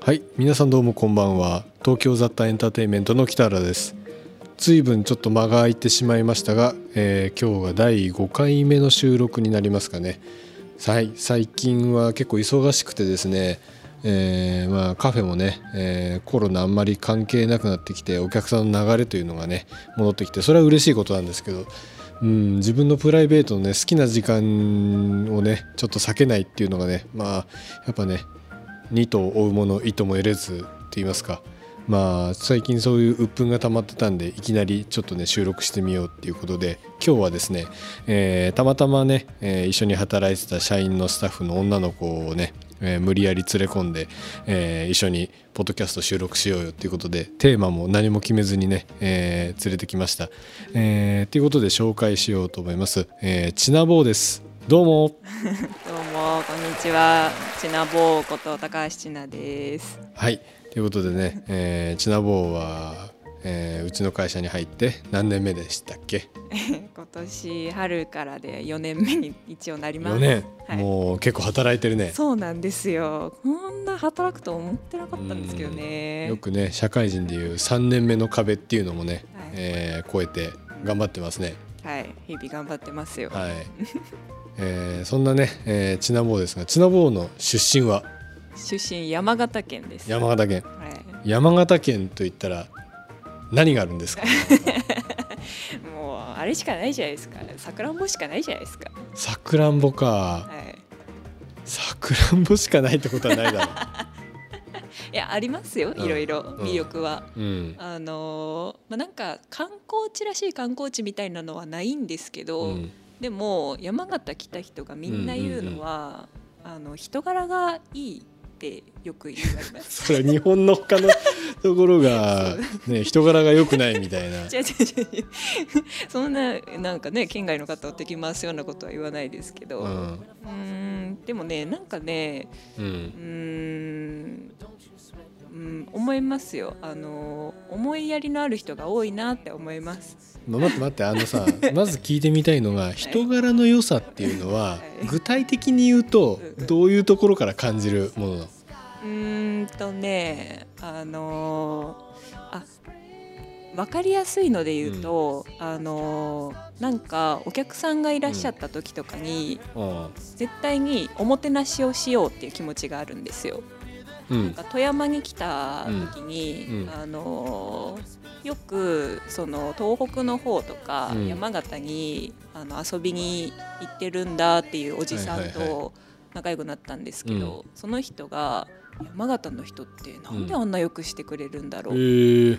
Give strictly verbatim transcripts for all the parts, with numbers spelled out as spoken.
はい、皆さんどうもこんばんは。東京雑多エンターテインメントの北原です。随分ちょっと間が空いてしまいましたが、えー、今日がだいごかいめの収録になりますかね。はい、最近は結構忙しくてですね、えーまあ、カフェもね、えー、コロナあんまり関係なくなってきて、お客さんの流れというのがね戻ってきて、それは嬉しいことなんですけど、うん、自分のプライベートのね好きな時間をねちょっと避けないっていうのがね、まあやっぱね二と追うもの糸も得れずって言いますか、まあ最近そういう鬱憤が溜まってたんで、いきなりちょっとね収録してみようっていうことで、今日はですね、えー、たまたまね、えー、一緒に働いてた社員のスタッフの女の子をね、えー、無理やり連れ込んで、えー、一緒にポッドキャスト収録しようよっていうことで、テーマも何も決めずにね、えー、連れてきました。えー、ということで紹介しようと思います。えー、ちなぼうです。どうもどうもこんにちは。ちなぼうこと高橋ちなです。 はい、ということでね、えー、ちなぼうは、えー、うちの会社に入って何年目でしたっけ？ 今年春からでよねんめに一応なります。 よねん、 はい、 もう結構働いてるね。 そうなんですよ。こんな働くと思ってなかったんですけどね。 よくね社会人でいうさんねんめの壁っていうのもね、 はい、 えー、超えて頑張ってますね。 はい、日々頑張ってますよ。 はいえー、そんなね、えー、ちなぼうですが、ちなぼうの出身は？ 出身山形県です。 山形県、 はい、 山形県といったら何があるんですか？ もうあれしかないじゃないですか。さくらんぼしかないじゃないですか。 さくらんぼか、 はい、 さくらんぼしかないってことはないだろう。 いやありますよ、いろいろ魅力は、 うんうん、 あのーまあ、なんか観光地らしい観光地みたいなのはないんですけど、うん、でも山形来た人がみんな言うのは、うんうんうん、あの人柄がいいってよく言われます。 それは日本の他のところが、ね、人柄が良くないみたいな。違う違う違うそんななんかね県外の方を敵回すようなことは言わないですけど、うん、うーんでもねなんかね、うん、うーんうん、思いますよ。あの思いやりのある人が多いなって思います。 ま、待って待って、あのさまず聞いてみたいのが、人柄の良さっていうのは、はい、具体的に言うとどういうところから感じるものなの？ うーんとねあのあ分かりやすいので言うと、うん、あのなんかお客さんがいらっしゃった時とかに、うん、絶対におもてなしをしようっていう気持ちがあるんですよ。うん、なんか富山に来た時に、うん、あのよくその東北の方とか、うん、山形にあの遊びに行ってるんだっていうおじさんと仲良くなったんですけど、はいはいはい、その人が山形の人ってなんであんなよくしてくれるんだろう、うん、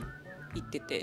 言ってて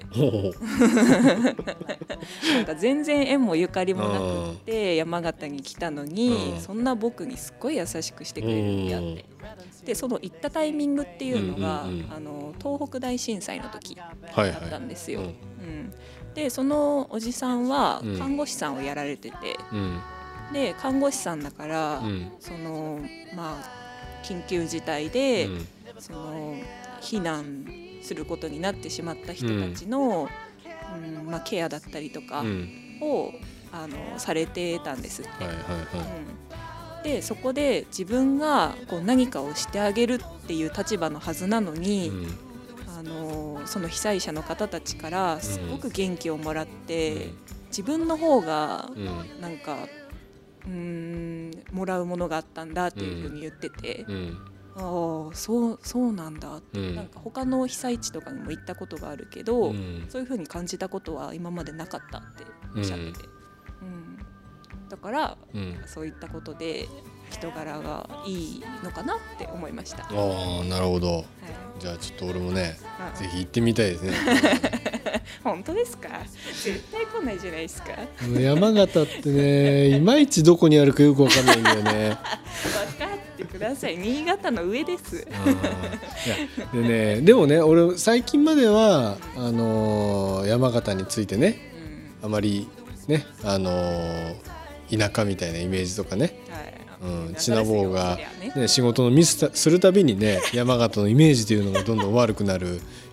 なんか全然縁もゆかりもなくって山形に来たのに、そんな僕にすっごい優しくしてくれるんやって。でその行ったタイミングっていうのが、うんうんうん、あの東北大震災の時だったんですよ、はいはいうん、でそのおじさんは看護師さんをやられてて、うん、で看護師さんだから、うん、そのまあ緊急事態で、うん、その避難することになってしまった人たちの、うんうんまあ、ケアだったりとかを、うん、あのされてたんですって、はいはいはいうん、でそこで自分がこう何かをしてあげるっていう立場のはずなのに、うん、あのその被災者の方たちからすごく元気をもらって、うん、自分の方がなんか、うん、うーんもらうものがあったんだっていうふうに言ってて、うんうんああそうそうなんだって、うん、なんか他の被災地とかにも行ったことがあるけど、うん、そういう風に感じたことは今までなかったっておっしゃってて、うんうん、だから、うん、そういったことで人柄がいいのかなって思いました。 ああなるほど、はい、じゃあちょっと俺もね、うん、ぜひ行ってみたいですね。 本当ですか？絶対来ないじゃないですか。 山形ってねいまいちどこにあるかよく分かんないんだよね。 分かってください。新潟の上です。いやでねでもね俺最近まではあのー、山形についてね、うん、あまりねあのー、田舎みたいなイメージとかね、はいうん、ちなぼうが、ね、仕事のミスするたびにね山形のイメージというのがどんどん悪くなる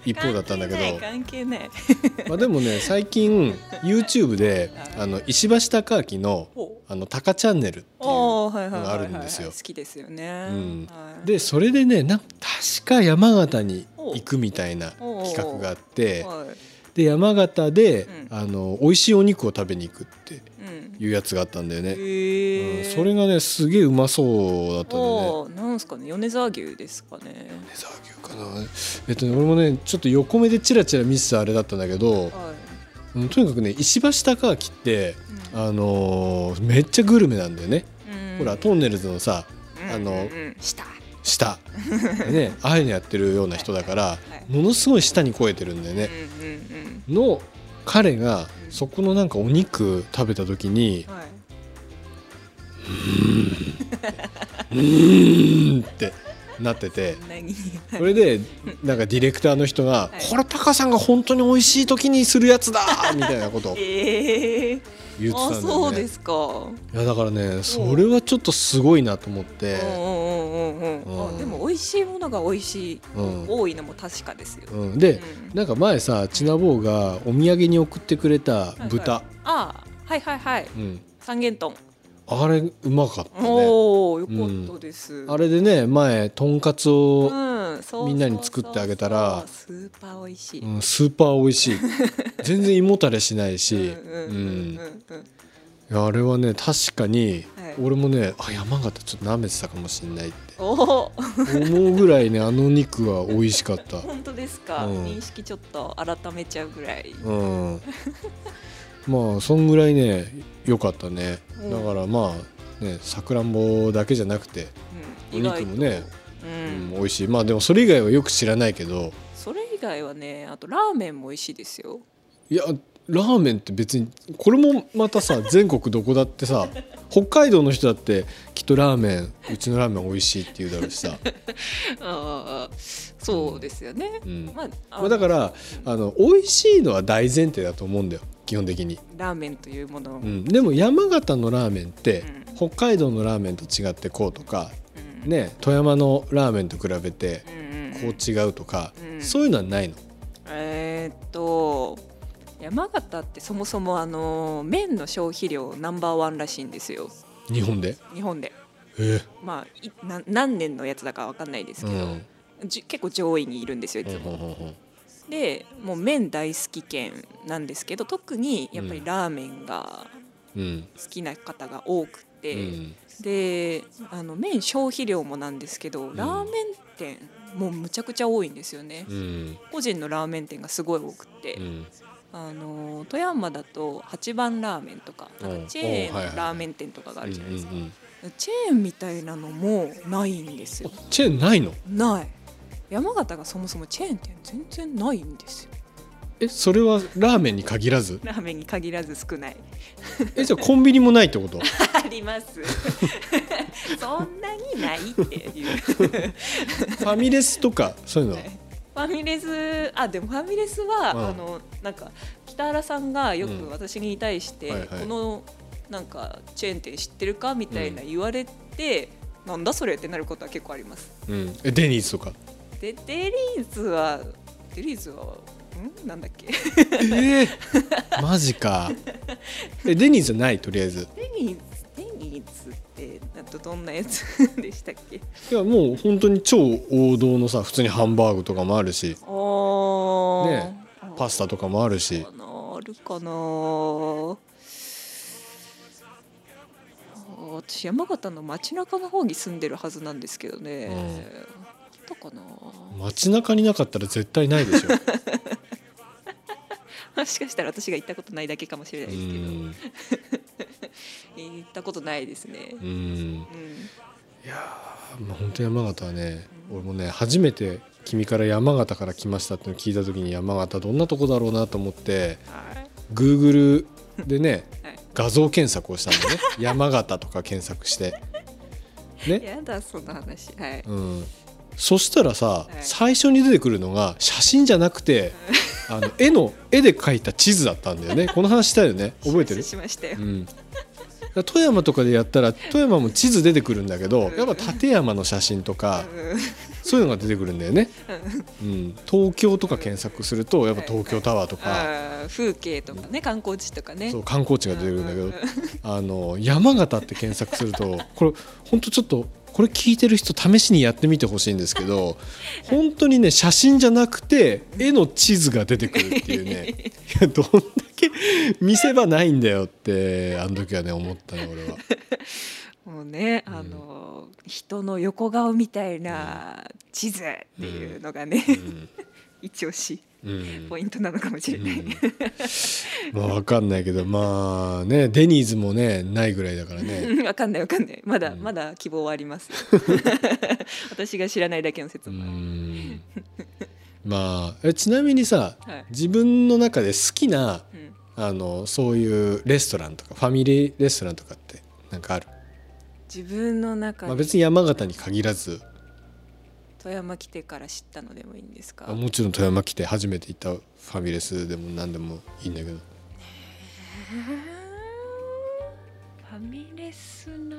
一方だったんだけど、 関係ないまあでもね最近 YouTube であの石橋貴明のあのタカチャンネルっていうのがあるんですよ。 好きですよね、 うんはい、でそれでねなんか確か山形に行くみたいな企画があって、はい、で山形で、うん、あの美味しいお肉を食べに行くっていうやつがあったんだよね、うんうん、それがねすげえうまそうだったんだよね。 なんすかね、米沢牛ですかね。 米沢牛かな。えっとね俺もねちょっと横目でチラチラ見せたあれだったんだけど、はい、うん、とにかくね石橋貴明って、うん、あのー、めっちゃグルメなんだよね、うん、ほらトンネルズのさ、うん、あの、うんうん、 下下ね、ああいうのやってるような人だから、はいはい、ものすごい舌に肥えてるんだよね、うんうんうん、の彼がそこのなんかお肉食べた時に、はい、うーんってなってて、それでなんかディレクターの人が、はい、これタカさんが本当に美味しい時にするやつだみたいなことを言ってたんだよね。 あ、そうですか。 いやだからねそれはちょっとすごいなと思って、 あでも美味しいものが美味しい、うん、多いのも確かですよ、 うん、で、うん、なんか前さちなぼうがお土産に送ってくれた豚、はいはい、 あはいはいはい、うん、三元豚あれうまかったね。 おーよかったです、 うん、あれでね前とんかつをみんなに作ってあげたらスーパー美味しい、 うん、スーパー美味しい全然胃もたれしないし、あれはね確かに俺もね、はい、あ山形ちょっと舐めてたかもしれないって思うぐらいねあの肉は美味しかった。 本当ですか、うん、認識ちょっと改めちゃうぐらい、 うんまあそんぐらいね良かったね。だからまあねさくらんぼだけじゃなくて、うん、お肉もね、うんうん、美味しい。まあでもそれ以外はよく知らないけど、 それ以外はねあとラーメンも美味しいですよ。 いやラーメンって別にこれもまたさ全国どこだってさ北海道の人だってきっとラーメンうちのラーメン美味しいって言うだろうしさあそうですよね、うんまあまあ、だからあの美味しいのは大前提だと思うんだよ基本的にラーメンというもの、うん、 でも山形のラーメンって、うん、北海道のラーメンと違ってこうとか、うんね、富山のラーメンと比べてこう違うとか、うん、そういうのはないの？ えー、っと山形ってそもそもあの麺の消費量ナンバーワンらしいんですよ。 日本で？ 日本で。 えー、 まあいな何年のやつだか分かんないですけど、うん、じ結構上位にいるんですよいつも。うんうんうん、でもう麺大好き県なんですけど特にやっぱりラーメンが好きな方が多くて、うん、であの麺消費量もなんですけど、うん、ラーメン店もうむちゃくちゃ多いんですよね。うん、個人のラーメン店がすごい多くて。うんあの富山だと八番ラーメンとか、なんかチェーンのラーメン店とかがあるじゃないですか。チェーンみたいなのもないんですよ。 チェーンないの？ ない。山形がそもそもチェーン店全然ないんですよ。 え、それはラーメンに限らず？ ラーメンに限らず少ない。 え、じゃあコンビニもないってこと？ あります。そんなにないっていう。ファミレスとかそういうのは？ ファミレスあでもファミレスは、うん、あのなんか北原さんがよく私に対して、うんはいはい、このなんかチェーン店知ってるかみたいな言われて、うん、なんだそれってなることは結構あります。 うん、えデニーズとか？ でデニーズはデニーズはんなんだっけ？ えー、マジか。えデニーズはないとりあえず。 デニーズデニーズってなんとどんなやつでしたっけ？いやもう本当に超王道のさ普通にハンバーグとかもあるし、ね、パスタとかもあるし。 あるかな。私山形の街中の方に住んでるはずなんですけどね、うん、あったかな。 街中になかったら絶対ないでしょ。 もしかしたら私が行ったことないだけかもしれないですけど行ったことないですね。うん、うん、いやー、まあ、本当に山形はね、うん、俺もね初めて君から山形から来ましたってのを聞いた時に山形どんなとこだろうなと思って、はい、Google でね、はい、画像検索をしたんだね。山形とか検索してね。やだその話、はい、 うん、そしたらさ、はい、最初に出てくるのが写真じゃなくてあの絵の絵で描いた地図だったんだよね。この話したよね。覚えてる？ しましたよ、 うん、富山とかでやったら富山も地図出てくるんだけど、やっぱ立山の写真とか、 そういうのが出てくるんだよね、うん、東京とか検索するとやっぱ東京タワーとか、 はいはい、風景とかね、観光地とかね、 そう観光地が出てくるんだけど、あの山形って検索するとこれ本当ちょっとこれ聞いてる人試しにやってみてほしいんですけど、本当にね写真じゃなくて絵の地図が出てくるっていうねいやどんだけ見せ場ないんだよってあの時はね思ったね俺は。 もうね、あの、うん、人の横顔みたいな地図っていうのがね、うん、一押し、うん、ポイントなのかもしれない、うん、 まあ分かんないけどまあねデニーズもねないぐらいだからね分かんない分かんないまだ、うん、まだ希望はあります私が知らないだけの説もある。うんまあえちなみにさ、はい、自分の中で好きな、うん、あのそういうレストランとかファミリーレストランとかってなんかある？ 自分の中で、 まあ、別に山形に限らず富山来てから知ったのでもいいんですか？ もちろん富山来て初めて行ったファミレスでも何でもいいんだけど、 ファミレスな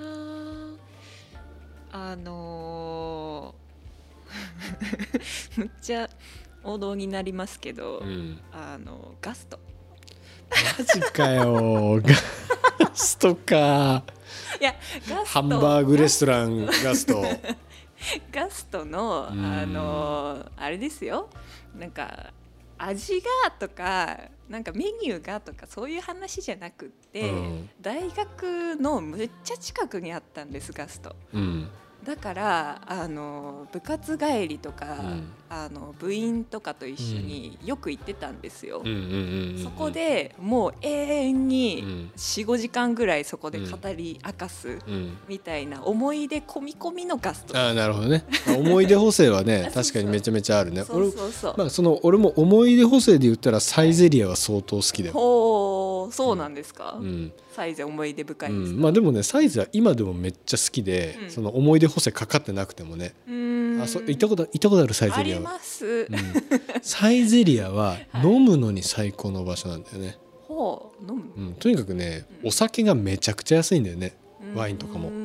あのー、むっちゃ王道になりますけど、うん、あのガスト。 マジかよガストか。 いやガストハンバーグレストランガストガストのあのあれですよ、なんか味がとかなんかメニューがとかそういう話じゃなくって、うん、大学のむっちゃ近くにあったんですガスト、うん、だからあの部活帰りとか、うん、あの部員とかと一緒によく行ってたんですよ。そこでもう永遠に よん,ご 時間ぐらいそこで語り明かすみたいな思い出込み込みのガスト。 ああなるほどね。思い出補正はね確かにめちゃめちゃあるね。そうそうそう。俺、まあ、その俺も思い出補正で言ったらサイゼリアは相当好きだよ。 ほうそうなんですか、うん、サイゼ思い出深いですか、 うん、まあでもねサイゼは今でもめっちゃ好きで、うん、その思い出補正かかってなくてもね、うんあそ行ったこと行ったことあるサイゼリアは。 あります、 うん、サイゼリアは飲むのに最高の場所なんだよね。 ほう飲む、 うん、とにかくね、うん、お酒がめちゃくちゃ安いんだよね、うん、ワインとかも、うん、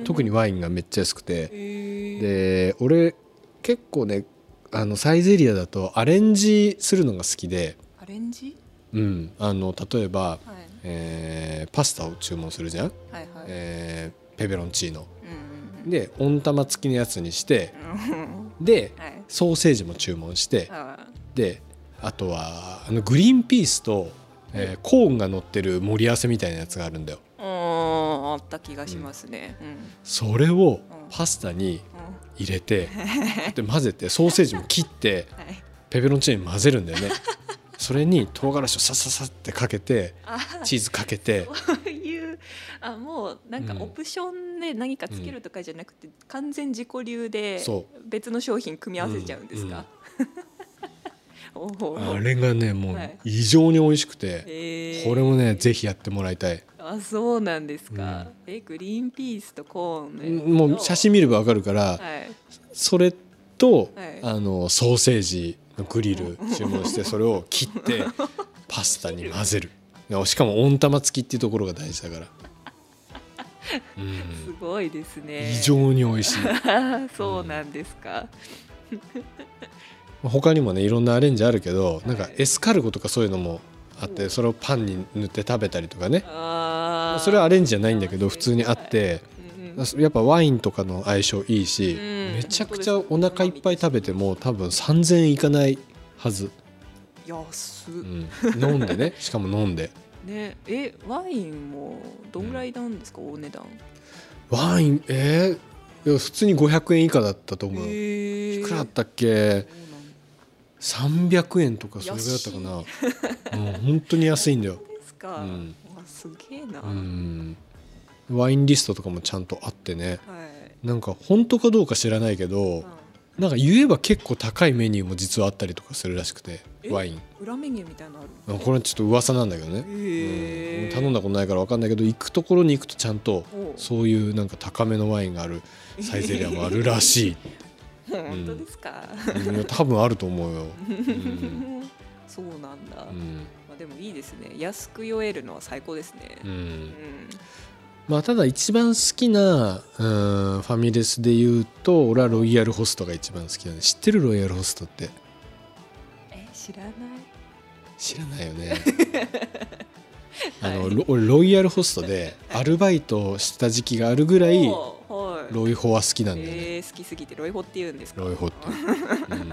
特にワインがめっちゃ安くて、で俺結構ねあのサイゼリアだとアレンジするのが好きで。 アレンジ？ うん、あの例えば、はいえー、パスタを注文するじゃん、はいはいえー、ペペロンチーノ、うん、で温玉付きのやつにして、うん、で、はい、ソーセージも注文して、はい、であとはあのグリーンピースと、えー、コーンが乗ってる盛り合わせみたいなやつがあるんだよ。 あった気がしますね、うんうん、 それをパスタに入れて、うん、で混ぜてソーセージも切って、はい、ペペロンチーノに混ぜるんだよね。それに唐辛子をさささってかけてチーズかけてそういうあもうなんかオプションで何かつけるとかじゃなくて、うん、完全自己流で別の商品組み合わせちゃうんですか、 うんうん、あれがねもう異常に美味しくて、はい、これもねぜひやってもらいたい。 あそうなんですか、うん、えグリーンピースとコーンのもう写真見ればわかるから、はい、それと、はい、あのソーセージグリル注文してそれを切ってパスタに混ぜる。しかも温玉付きっていうところが大事だから、 うん、すごいですね。 異常に美味しいそうなんですか、 うん、他にもねいろんなアレンジあるけどなんかエスカルゴとかそういうのもあってそれをパンに塗って食べたりとかね、あそれはアレンジじゃないんだけど普通にあってやっぱワインとかの相性いいし、うん、めちゃくちゃお腹いっぱい食べても多分さんぜんえんいかないはず。 安っ、うん、 飲んでねしかも飲んでねえワインもどんぐらいなんですか、うん、お値段。 ワインえー、普通にごひゃくえん以下だったと思う。いくらだったっけさんびゃくえんとかそれぐらいだったかな、うん、本当に安いんだよ。 そうですか、うん、わすげえな、 うんワインリストとかもちゃんとあってね、はい、なんか本当かどうか知らないけど、うん、なんか言えば結構高いメニューも実はあったりとかするらしくてワイン裏メニューみたいなのある。 これはちょっと噂なんだけどね、うん、頼んだことないから分かんないけど行くところに行くとちゃんとそういうなんか高めのワインがあるサイゼリアもあるらしい本当ですか、 うん、多分あると思うよ、うん、 そうなんだ、うんまあ、でもいいですね安く酔えるのは最高ですね、うんうんまあただ一番好きなうんファミレスで言うと俺はロイヤルホストが一番好きだね。知ってるロイヤルホストって？ え知らない。 知らないよねあのロロイヤルホストでアルバイトした時期があるぐらいロイホは好きなんだよね。 えー、好きすぎてロイホって言うんですか？ ロイホって、うん、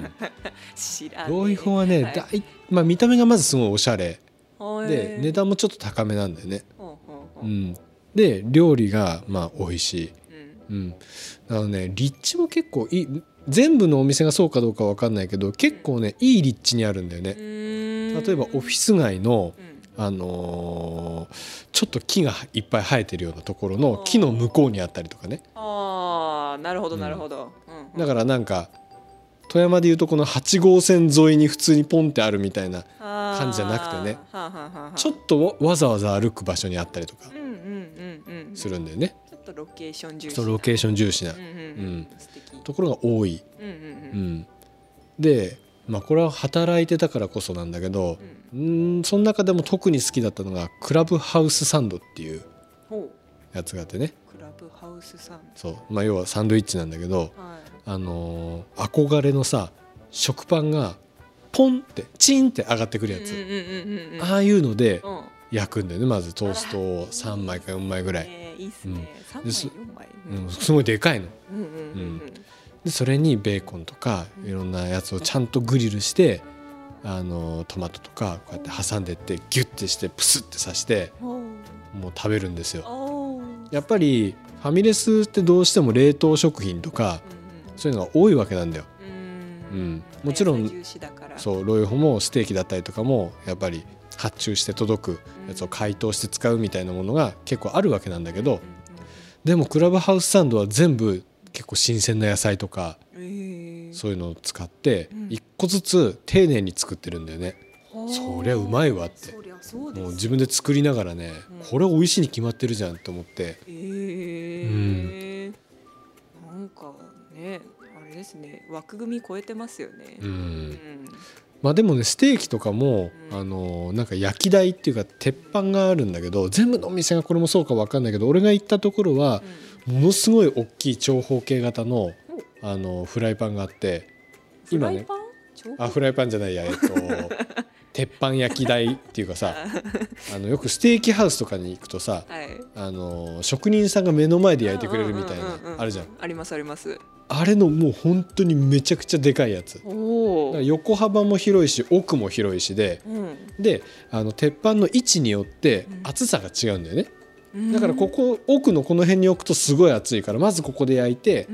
知らない。 ロイホはね、はい、だいまあ、見た目がまずすごいおしゃれで値段もちょっと高めなんだよね、うん、で料理がまあ美味しい、うんうん、だからね立地も結構いい。全部のお店がそうかどうかわかんないけど結構ねいい立地にあるんだよね。例えばオフィス街の、うんあのー、ちょっと木がいっぱい生えてるようなところの木の向こうにあったりとかね。 ああなるほどなるほど、 うんうん、だからなんか富山でいうとこのはち号線沿いに普通にポンってあるみたいな感じじゃなくてね、はあはあはあ、ちょっとわざわざ歩く場所にあったりとかするんだよね。 ちょっとロケーション重視そうロケーション重視な、うんうんうんうん、ところが多い、うんうんうんうん、で、まあ、これは働いてたからこそなんだけど、うん、んその中でも特に好きだったのがクラブハウスサンドっていうやつがあってね。 クラブハウスサンドそう、まあ、要はサンドイッチなんだけど、はい、あのー、憧れのさ食パンがポンってチンって上がってくるやつ、うんうんうんうん、ああいうので焼くんだよね。まずトーストをさんまいかよんまいぐらい、 えー、いいっすね、うん、さんまいよんまい、 うん、すごいでかいの、うんうんうんうん、でそれにベーコンとかいろんなやつをちゃんとグリルして、あのー、トマトとかこうやって挟んでってギュッてしてプスッて刺してもう食べるんですよ。やっぱりファミレスってどうしても冷凍食品とか、うんうん、そういうのが多いわけなんだよ。うん、うん、もちろんそうロイホもステーキだったりとかもやっぱり発注して届くやつを解凍して使うみたいなものが結構あるわけなんだけど、でもクラブハウスサンドは全部結構新鮮な野菜とか、えー、そういうのを使って一個ずつ丁寧に作ってるんだよね、うん、そりゃうまいわって。もう自分で作りながらね、うん、これ美味しいに決まってるじゃんと思って、えーうん、なんかねあれですね枠組み超えてますよね、うんうん、 まあでもねステーキとかも、うん、あのなんか焼き台っていうか鉄板があるんだけど全部のお店がこれもそうか分かんないけど俺が行ったところは、うん、ものすごい大きい長方形型の、あのフライパンがあって今ねあフライパンじゃないやえっと鉄板焼き台っていうかさあのよくステーキハウスとかに行くとさ、はい、あの職人さんが目の前で焼いてくれるみたいなあるじゃん。 ありますあります。 あれのもう本当にめちゃくちゃでかいやつ。お横幅も広いし奥も広いしで、うん、であの鉄板の位置によって厚さが違うんだよね、うん、だからここ奥のこの辺に置くとすごい熱いからまずここで焼いて、うん、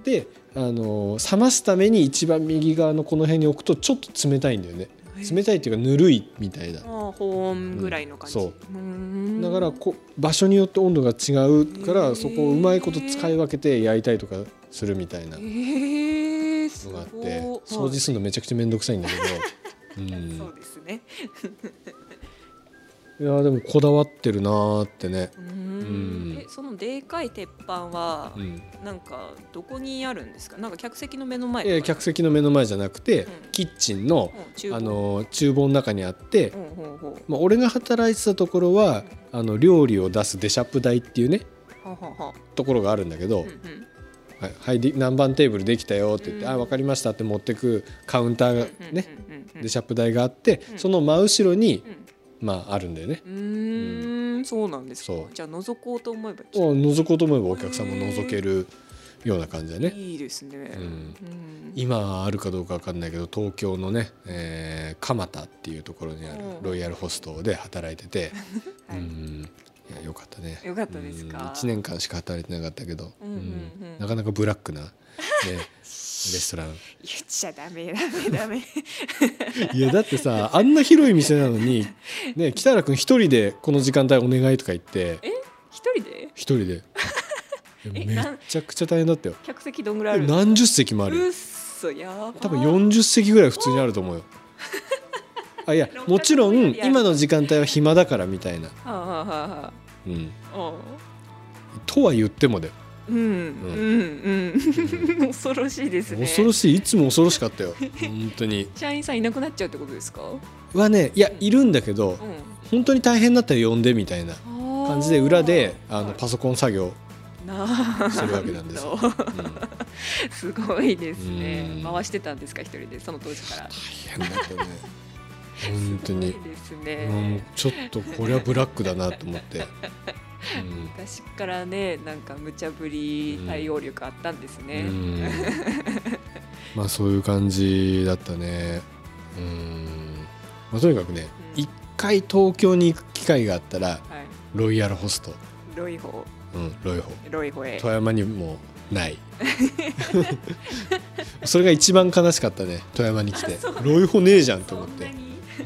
であの冷ますために一番右側のこの辺に置くとちょっと冷たいんだよね。冷たいっていうかぬるいみたいな、 あ保温ぐらいの感じ、うん、 そうだからこ場所によって温度が違うからそこをうまいこと使い分けて焼いたりとかするみたいなのがあって、掃除するのめちゃくちゃめんどくさいんだけど、うん、 そうですねいやでもこだわってるなーってね。うんうんえそのでかい鉄板は、うん、なんかどこにあるんですか？なんか客席の目の前とか？ いや客席の目の前じゃなくて、うん、キッチンの、うん、あの厨房の中にあって、うんうんうんまあ、俺が働いてたところは、うん、あの料理を出すデシャップ台っていうね、うん、ところがあるんだけど、うんうんはいはい、何番テーブルできたよって言って、うん、あ分かりましたって持ってくカウンターがね、うん、デシャップ台があって、うん、その真後ろに、うんまああるんだよね。 うーん、うん、そうなんですか。じゃあ覗こうと思えば覗こうと思えばお客さんも覗けるような感じだね。 いいですね、うんうん、 今あるかどうか分かんないけど東京のね、えー、蒲田っていうところにあるロイヤルホストで働いてて、はい、うんいやよかったね。 よかったですか。 いちねんかんしか働いてなかったけど、うんうんうん、なかなかブラックな、ね、レストラン言っちゃダメダメダメいやだってさあんな広い店なのにね北原くん一人でこの時間帯お願いとか言ってえ一人で一人でめちゃくちゃ大変だったよ。 客席どんぐらいある？ 何十席もあるよ。 うっそやば多分よんじゅっ席ぐらい普通にあると思うよあいやもちろん今の時間帯は暇だからみたいな、はあはあはあうん、とは言ってもだよ。 うんうんうんうん恐ろしいですね。 恐ろしいいつも恐ろしかったよ本当に。 社員さんいなくなっちゃうってことですか？ はねいやいるんだけど、うん、本当に大変だったら呼んでみたいな感じで裏であのパソコン作業なしてるわけなんですよ、 うん、すごいですね、 うん、 回してたんですか一人でその当時から。 大変だったね本当に。 すごいですね、 もうちょっとこれはブラックだなと思って、うん、 昔からねなんか無茶ぶり対応力あったんですね、うん、 まあそういう感じだったね。うん、まあ、とにかくね、うん、一回東京に行く機会があったら、はい、ロイヤルホストロイホうん、ロイホロイホへ富山にもないそれが一番悲しかったね。富山に来てロイホねえじゃんと思って、うん、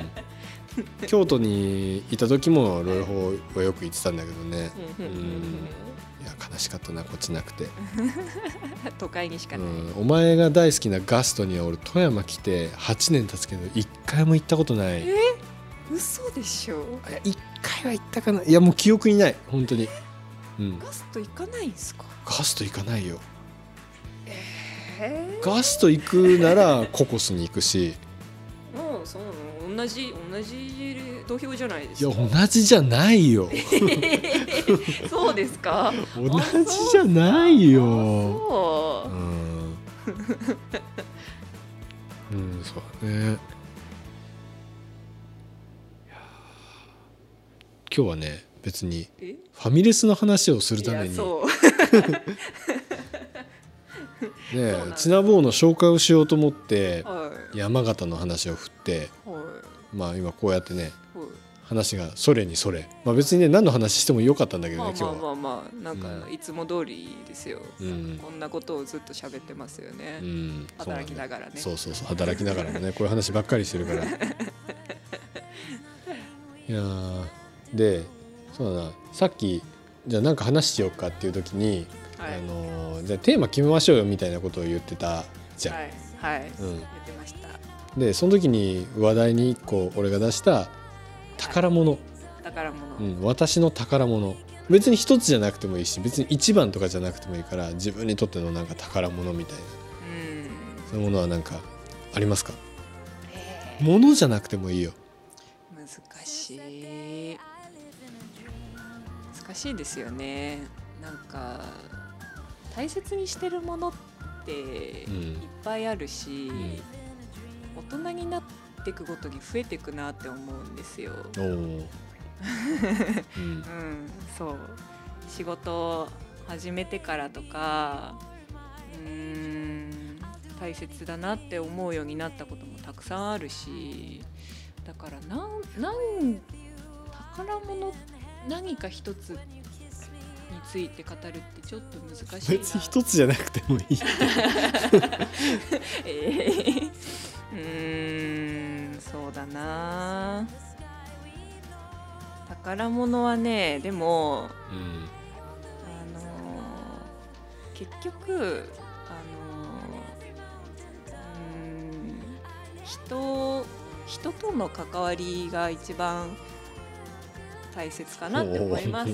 京都にいた時もロイホはよく行ってたんだけどね、うん、いや悲しかったなこっちなくて都会にしかない、うん、 お前が大好きなガストには俺富山来てはちねん経つけど一回も行ったことない。 え嘘でしょ。 いや一回は行ったかな。いやもう記憶にない本当に、うん、 ガスト行かないんですか。 ガスト行かないよ、 えー、 ガスト行くならココスに行くしもうそうなの同じ同じ土俵じゃないですか。 いや同じじゃないよそうですか。 同じじゃないよ。 そう、うん、 うん、そうね。今日はね別にファミレスの話をするためにねチナボーの紹介をしようと思って山形の話を振って、まあ今こうやってね話がそれにそれ、まあ、別にね何の話してもよかったんだけどね今日は。 まあまあまあなんかいつも通りですよ、うん、こんなことをずっと喋ってますよね、うん、働きながらね。 そうそうそう働きながらもねこういう話ばっかりしてるからいやでそうだなさっきじゃあ何か話しようかっていう時に、はい、あのじゃあテーマ決めましょうよみたいなことを言ってたじゃん。 はい、はい、うん、言ってました。 でその時に話題にいっこ俺が出した宝物、はい、 宝物、 うん、私の宝物別に一つじゃなくてもいいし別に一番とかじゃなくてもいいから自分にとってのなんか宝物みたいな、うん、そういうものは何かありますか。えー、物じゃなくてもいいよ。 難しい難しいですよね。なんか大切にしてるものっていっぱいあるし、うん、大人になっていくごとに増えていくなって思うんですよ。お、うんうん、そう仕事始めてからとかうーん大切だなって思うようになったこともたくさんあるし、だからなんなん宝物何か一つについて語るってちょっと難しいな。 別に一つじゃなくてもいい、 えー、うーんそうだな。宝物はねでも、うん、あのー、結局あのー、うーん人人との関わりが一番大切かなって思います。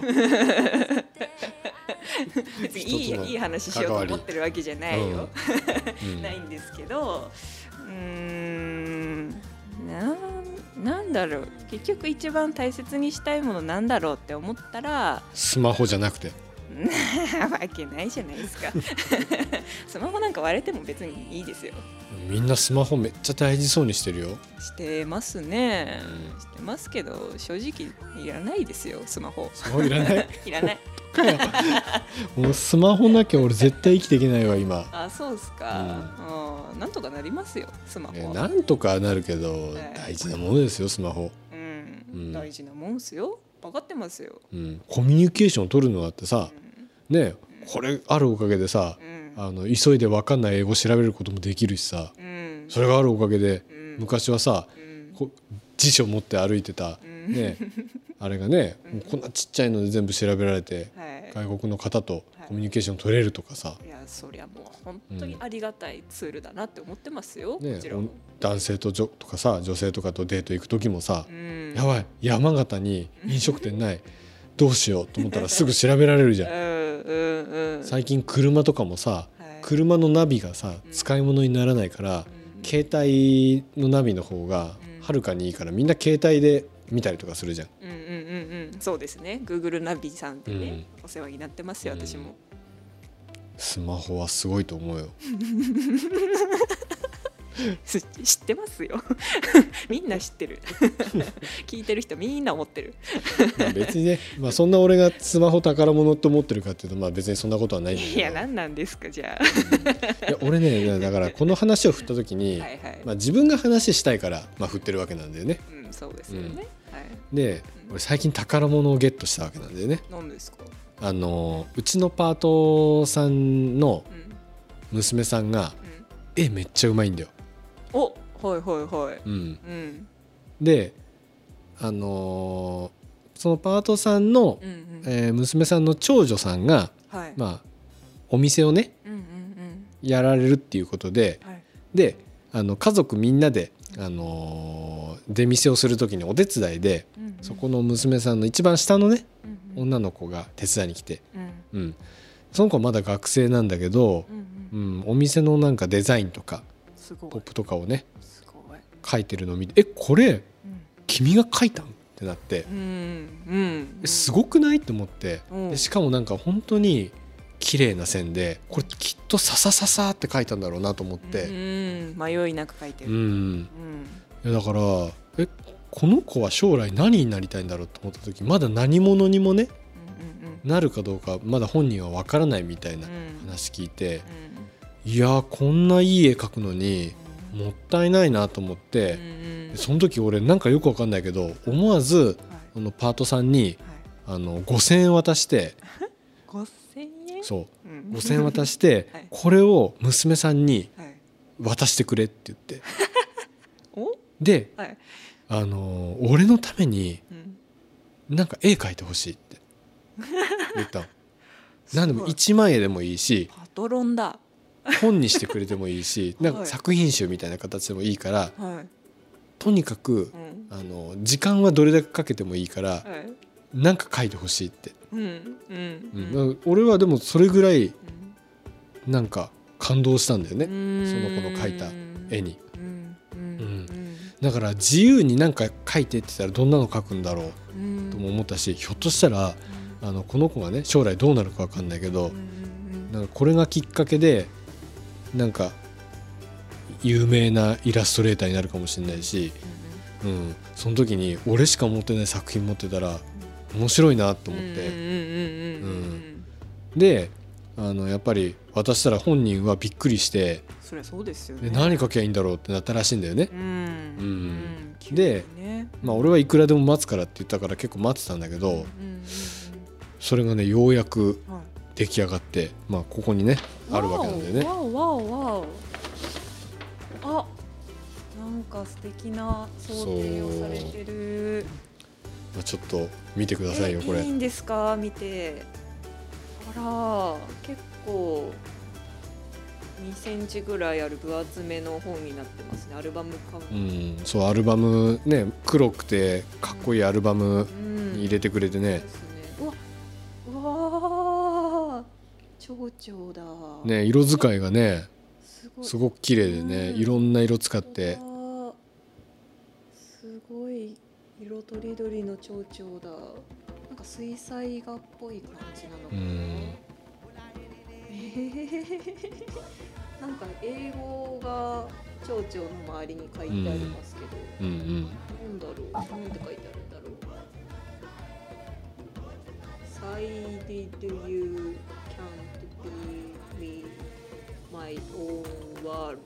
別にいい、いい話しようと思ってるわけじゃないよ、うん、ないんですけど、うーん な, なんだろう結局一番大切にしたいものなんだろうって思ったらスマホじゃなくてなわけないじゃないですかスマホなんか割れても別にいいですよ。 みんなスマホめっちゃ大事そうにしてるよ。 してますね、うん、してますけど正直いらないですよスマホ。 スマホいらないいらないもうスマホなきゃ俺絶対生きていけないわ今。 あ、そうですか、うん、なんとかなりますよスマホ。 なんとかなるけど、はい、大事なものですよスマホ、 うんうん、大事なもんですよ。分かってますよ、 うん、コミュニケーションを取るのだってさ、うん、ねこれあるおかげでさ、うん、あの急いで分かんない英語調べることもできるしさ、うん、それがあるおかげで、うん、昔はさ、うん、こ辞書持って歩いてた、うん、ねあれがね、うん、もうこんなちっちゃいので全部調べられて、はい、外国の方とコミュニケーション取れるとかさ、はい、 いやそりゃもう本当にありがたいツールだなって思ってますよ、うん、もちろん男性ととかさ女性とかとデート行く時もさ、うん、やばい山形に飲食店ないどうしようと思ったらすぐ調べられるじゃん、うんうんうん、最近車とかもさ、はい、車のナビがさ使い物にならないから、うん、携帯のナビの方がはるかにいいからみんな携帯で見たりとかするじゃん、うんうんうんうん、 うんそうですね Google ナビさんでね、うん、お世話になってますよ私も、うん、 スマホはすごいと思うよ知ってますよみんな知ってる聞いてる人みんな思ってるまあ別にね、まあ、そんな俺がスマホ宝物と思ってるかっていうとまあ別にそんなことはないんだけどいや何なんですかじゃあ、 うん、いや俺ねだからこの話を振った時にはい、はいまあ、自分が話したいから、まあ、振ってるわけなんだよね、 うん、そうですよね、うんはい、 で、うん、俺最近宝物をゲットしたわけなんだよね。 何ですか？ あのうちのパートさんの娘さんが、うん、絵めっちゃうまいんだよ。 おはいはいはい、 うんうん、であのー、そのパートさんの、うんうんえー、娘さんの長女さんが、はいまあ、お店をね、うんうんうん、やられるっていうことで、はい、であの家族みんなで、あのー、出店をするときにお手伝いで、うんうん、そこの娘さんの一番下のね、うんうん、女の子が手伝いに来て、うんうん、その子はまだ学生なんだけど、うんうんうん、お店のなんかデザインとかポップとかをね描いてるのを見てえこれ、うん、君が描いたんってなって、うんうんうん、すごくないって思って、うん、でしかもなんか本当に綺麗な線でこれきっとササササって描いたんだろうなと思って、 うん、迷いなく描いてる、 うんうん、いやだからえこの子は将来何になりたいんだろうと思った時まだ何者にもね、うんうんうん、なるかどうかまだ本人は分からないみたいな話聞いて、うんいやこんないい絵描くのにもったいないなと思って、うん、その時俺なんかよく分かんないけど思わず、はい、あのパートさんに、はい、あのごせんえん渡してごせんえんそう、うん、ごせんえん渡して、はい、これを娘さんに渡してくれって言って、はい、で、はい、あの俺のためになんか絵描いてほしいって言ったのなんでもいちまんえんでもいいしパトロンだ本にしてくれてもいいしなんか作品集みたいな形でもいいから、はい、とにかく、うん、あの時間はどれだけかけてもいいから、はい、なんか描いてほしいって、うんうんうん、俺はでもそれぐらい、うん、なんか感動したんだよねその子の描いた絵に、うんうんうん、だから自由になんか描いてって言ったらどんなの描くんだろうとも思ったしひょっとしたらあのこの子がね将来どうなるか分かんないけどなんかこれがきっかけでなんか有名なイラストレーターになるかもしれないし、うんうん、その時に俺しか持ってない作品持ってたら面白いなと思って、うん、であのやっぱり渡したら本人はびっくりしてそりゃそうですよね何書きゃいいんだろうってなったらしいんだよね、うんうんうん、で、ねまあ、俺はいくらでも待つからって言ったから結構待ってたんだけど、うんうんうん、それがねようやく出来上がって、まあ、ここにねあるわけなんだよね。 わおわおわおあなんか素敵な想定をされてる、 まあ、ちょっと見てくださいよこれいいんですか見てあら結構にセンチぐらいある分厚めの本になってますねアルバムカバー、 うん、そうアルバムね黒くてかっこいいアルバムに入れてくれてね、 うんうん、うわうわ蝶々だね色使いがねすご, すごく綺麗でね、うん、いろんな色使ってすごい色とりどりの蝶々だなんか水彩画っぽい感じなのかな、うんなんか英語が蝶々の周りに書いてありますけど、うんうんうん、なんだろうなんて書いてあるんだろう Side you can't be me my own world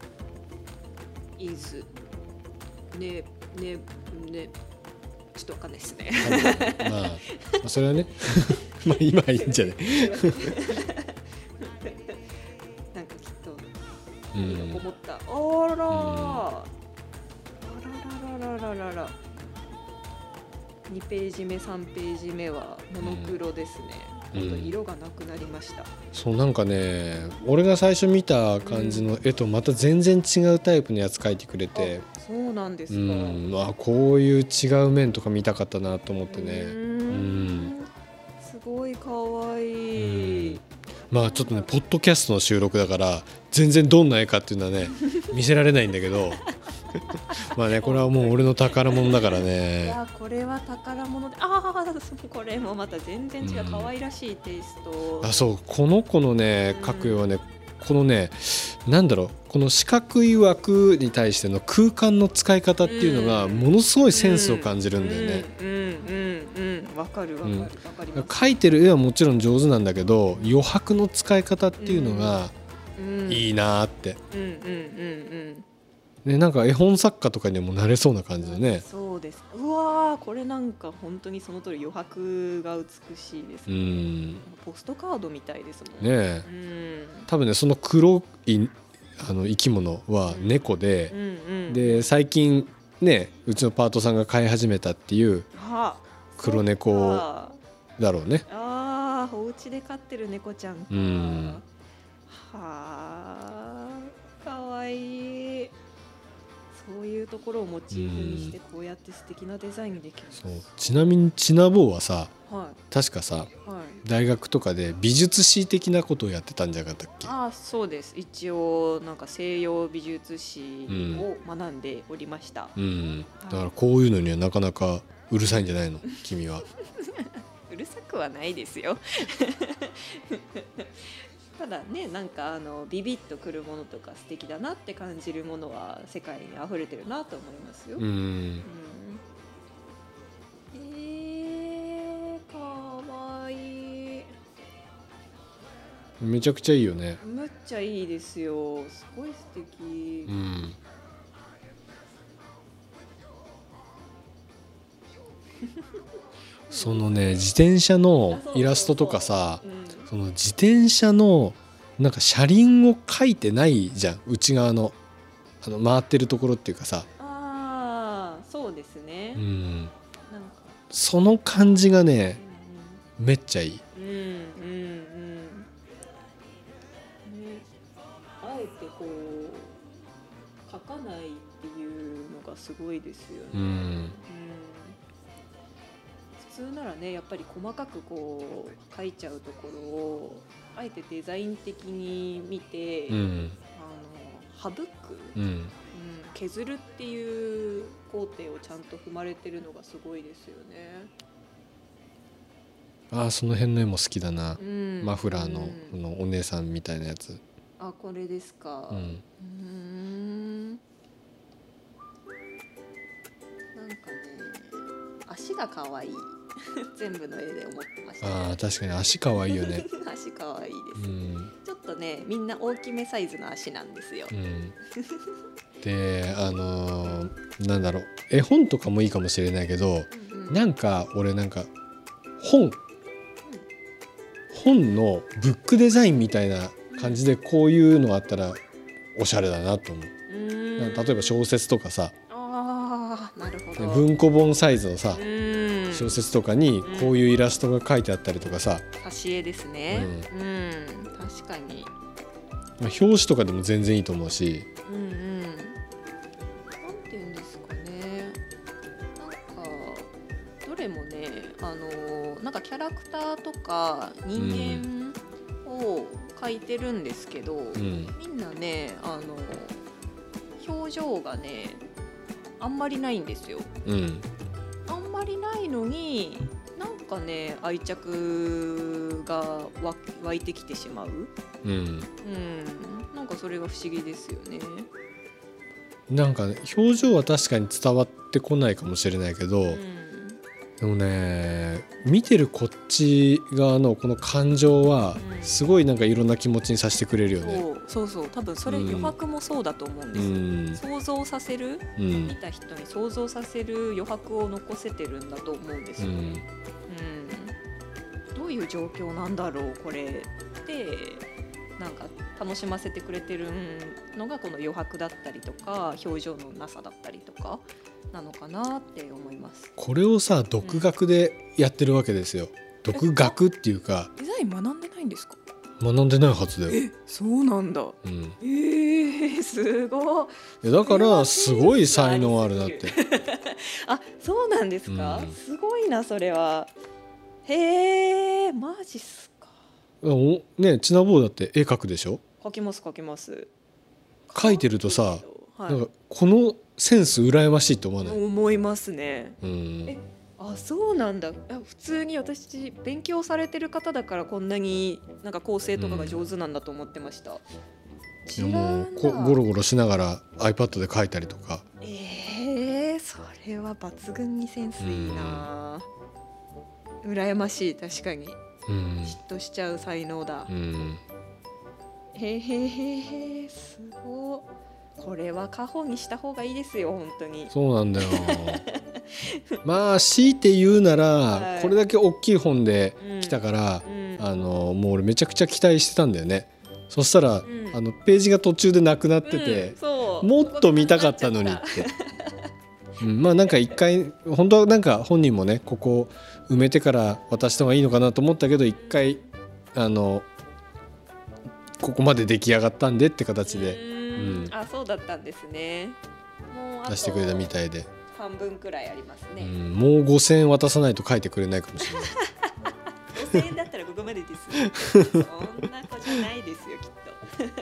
is ねねねちょっとわかんないですねまあ、まあそれはねまあ今はいいんじゃない思った、うん、あら、うん、あらららららららにページ目さんページ目はモノクロですね、うん、本当に色がなくなりました、うん、 そうなんかね俺が最初見た感じの絵とまた全然違うタイプのやつ描いてくれて、 うん、そうなんですか、 うんまあ、こういう違う面とか見たかったなと思ってね、うん、 すごいかわいい、うんまあちょっとねポッドキャストの収録だから全然どんな絵かっていうのはね見せられないんだけどまあねこれはもう俺の宝物だからいね。 やこれは宝物で、ああこれもまた全然違う、 うん可愛らしいテイスト。 あそうこの子のね描く絵はね、このねなんだろうこの四角い枠に対しての空間の使い方っていうのがものすごいセンスを感じるんだよね。 うんうんうんうん、わかるわかるわかります。 描いてる絵はもちろん上手なんだけど余白の使い方っていうのがいいなーって。 うんうんうんうんね、なんか絵本作家とかにもなれそうな感じだね。 そうです。うわーこれなんか本当にその通り余白が美しいですね。 うんポストカードみたいですもんねえ、 うん多分ねその黒いあの生き物は猫で、 うんうん、 で最近ねうちのパートさんが飼い始めたっていう黒猫だろうね。 ああお家で飼ってる猫ちゃんか。 うんはあかわいい。そういうところをモチーフにしてこうやって素敵なデザインにできる。 そうちなみにチナボーはさ、 はい、 確かさ、 はい、 大学とかで美術史的なことをやってたんじゃなかったっけ？ ああそうです。一応なんか西洋美術史を学んでおりました、 うんうん、だからこういうのにはなかなかうるさいんじゃないの君は。 うるさくはないですよ。ただねなんかあのビビッとくるものとか素敵だなって感じるものは世界に溢れてるなと思いますよ。 うん、うん、 えー、かわいい。 めちゃくちゃいいよね。 むっちゃいいですよ。すごい素敵。 うん、そのね自転車のイラストとかさ、その自転車のなんか車輪を描いてないじゃん内側のあの回ってるところっていうかさ。 ああそうですね、 うん、 なんかその感じがね、うんうん、めっちゃいい。 うんうんうん、ね、あえてこう描かないっていうのがすごいですよね。 うん、うん、 普通ならねやっぱり細かくこう描いちゃうところをあえてデザイン的に見て、うん、あの省く、うんうん、削るっていう工程をちゃんと踏まれてるのがすごいですよね。 ああその辺の絵も好きだな、 うん、 マフラー の,、うん、のお姉さんみたいなやつ。 あこれですか。うん、うーんなんかね足が可愛い全部の絵で思ってました、ね、 あ確かに足可愛いよね。 足可愛いです、うん、ちょっとねみんな大きめサイズの足なんですよ、うん、 であのー、なんだろう絵本とかもいいかもしれないけど、うんうん、なんか俺なんか本、うん、本のブックデザインみたいな感じでこういうのあったらおしゃれだなと思う。うん、例えば小説とかさ、 あなるほど文庫本サイズのさ小説とかにこういうイラストが書いてあったりとかさ、 挿絵ですね、うん、うん、確かに、 まあ、表紙とかでも全然いいと思うし、 うんうん、なんていうんですかねなんかどれもねあのなんかキャラクターとか人間を描いてるんですけど、うん、みんなねあの表情がねあんまりないんですよ、うん、あんまりないのになんかね愛着が湧いてきてしまう、うんうん、なんかそれが不思議ですよね。 なんか、ね、表情は確かに伝わってこないかもしれないけど、うん、でもね見てるこっち側のこの感情はすごいなんかいろんな気持ちにさせてくれるよね、うん、 そうそうそう多分それ余白もそうだと思うんですよ、うん、想像させる、うん、見た人に想像させる余白を残せてるんだと思うんですよ、うんうん、どういう状況なんだろうこれってなんか楽しませてくれてるのがこの余白だったりとか表情のなさだったりとかなのかなって思います。 これをさ独学でやってるわけですよ、うん、独学っていうかデザイン学んでないんですか？ 学んでないはずだよ。 えそうなんだ、うん、えー、すごい。 だからすごい才能あるなってあそうなんですか、うん、すごいなそれは。へえマジっすか。 おねちなぼうだって絵描くでしょ。 描きます描きます。 描いてるとさ、はい、なんかこのセンス羨ましいと思わない？ 思いますね。 うん、 えあそうなんだ。普通に私勉強されてる方だからこんなになんか構成とかが上手なんだと思ってました。 うん、もうこゴロゴロしながら iPad で書いたりとか。 えー、それは抜群にセンスいいな、うん、羨ましい。確かに、うん、嫉妬しちゃう才能だ、うん、へへへへすごい。これは家宝にした方がいいですよ本当に。 そうなんだよまあ強いて言うなら、はい、これだけ大きい本で来たから、うん、あのもう俺めちゃくちゃ期待してたんだよね。そしたら、うん、あのページが途中でなくなってて、うん、もっと見たかったのにってうん、まあなんか一回本当はなんか本人もねここ埋めてから渡した方がいいのかなと思ったけど、一回あのここまで出来上がったんでって形で、 うん、あそうだったんですね。 もう出してくれたみたいで半分くらいありますね、 うん、もうごせんえん渡さないと書いてくれないかもしれないごせんえんだったらここまでですそんな子じゃないですよきっと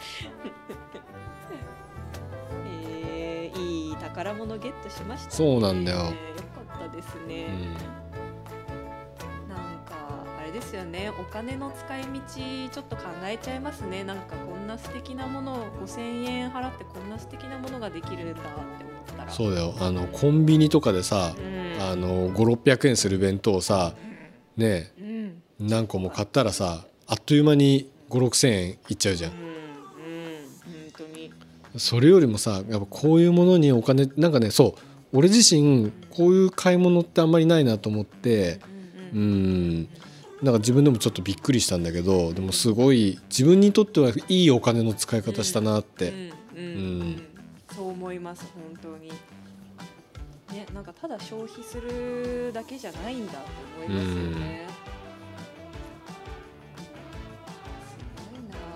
えー、いい宝物ゲットしましたね。 そうなんだよ、よかったですね、うん、なんかあれですよね、お金の使い道ちょっと考えちゃいますね。なんかこんな素敵なものをごせんえん払ってこんな素敵なものができるんだって思ったら。 そうだよ、あのコンビニとかでさ、うん、あのごひゃくろっぴゃくえんする弁当をさ、うん、ねえ、うん、何個も買ったらさあっという間にご、ろくせんえんいっちゃうじゃん、うんうん、本当に。それよりもさやっぱこういうものにお金なんかね、そう俺自身こういう買い物ってあんまりないなと思って、うん、うん、なんか自分でもちょっとびっくりしたんだけど、でもすごい自分にとってはいいお金の使い方したなって、うんうんうんうん、 そう思います本当に、ね、なんかただ消費するだけじゃないんだと思いますよね、うん、すごいな。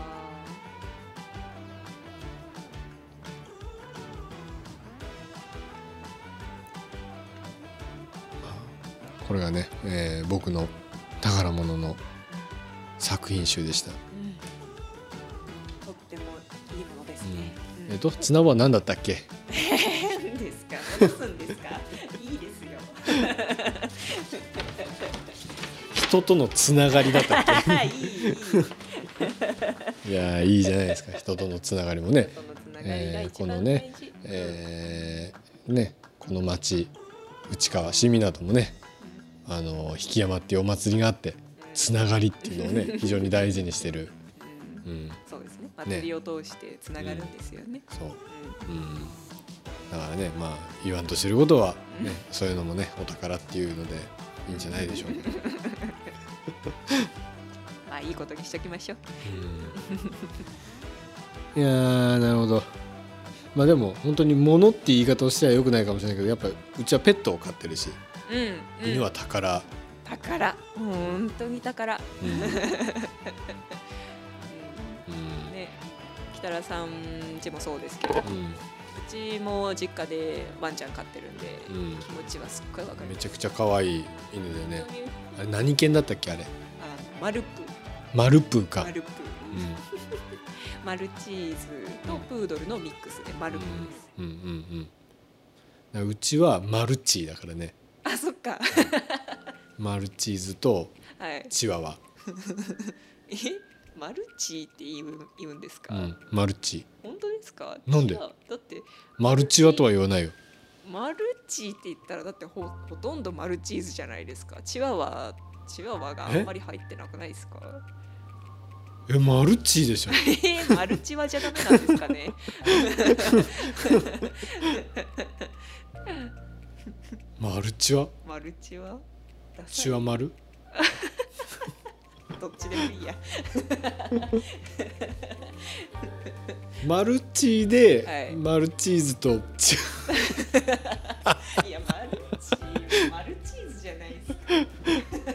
これがね、えー、僕の宝物の作品集でした、うん、 とってもいいものですね、 うん、えっと綱は何だったっけ何ですか、何すんですかいいですよ人とのつながりだったっけいいいいいやいいじゃないですか、人とのつながりもね、えー、このね、えー、ねこの町内川市港もね、あの引山っていうお祭りがあってつながりっていうのをね非常に大事にしてる、 うん、そうですね、祭りを通してつながるんですよね、うん、そう、うん、 だからね、まあ言わんとしてることは、ね、そういうのもねお宝っていうのでいいんじゃないでしょうかまあいいことにしときましょう、 うん、いやーなるほど。まあでも本当に物って言い方をしてはよくないかもしれないけど、やっぱうちはペットを飼ってるし、うんうん、犬は宝宝、本当に宝、うんうんね、北原さん家もそうですけど、うん、うちも実家でワンちゃん飼ってるんで、うん、気持ちはすっごいわかる。 めちゃくちゃ可愛い犬でね。あれ何犬だったっけあれ？あ、 マルプー。 マルプーか。 マルプー、うん、マルチーズとプードルのミックスでマルプーです、うんうんうんうん、うちはマルチーだからね。 あ、そっかマルチーズとチワワ、はい、 えマルチーって言う、言うんですか、 うん、マルチ。 本当ですか？ なんで？ だってマルチワとは言わないよ。 マルチって言ったらだって ほ, ほとんどマルチーズじゃないですか。チワワチワワがあんまり入ってなくないですか？ え、マルチでしょえー、マルチワじゃダメなんですかねマルチワマルチワチワマルどっちでもいいやマルチで、はい、マルチーズとチいやマルチマルチーズじゃないですか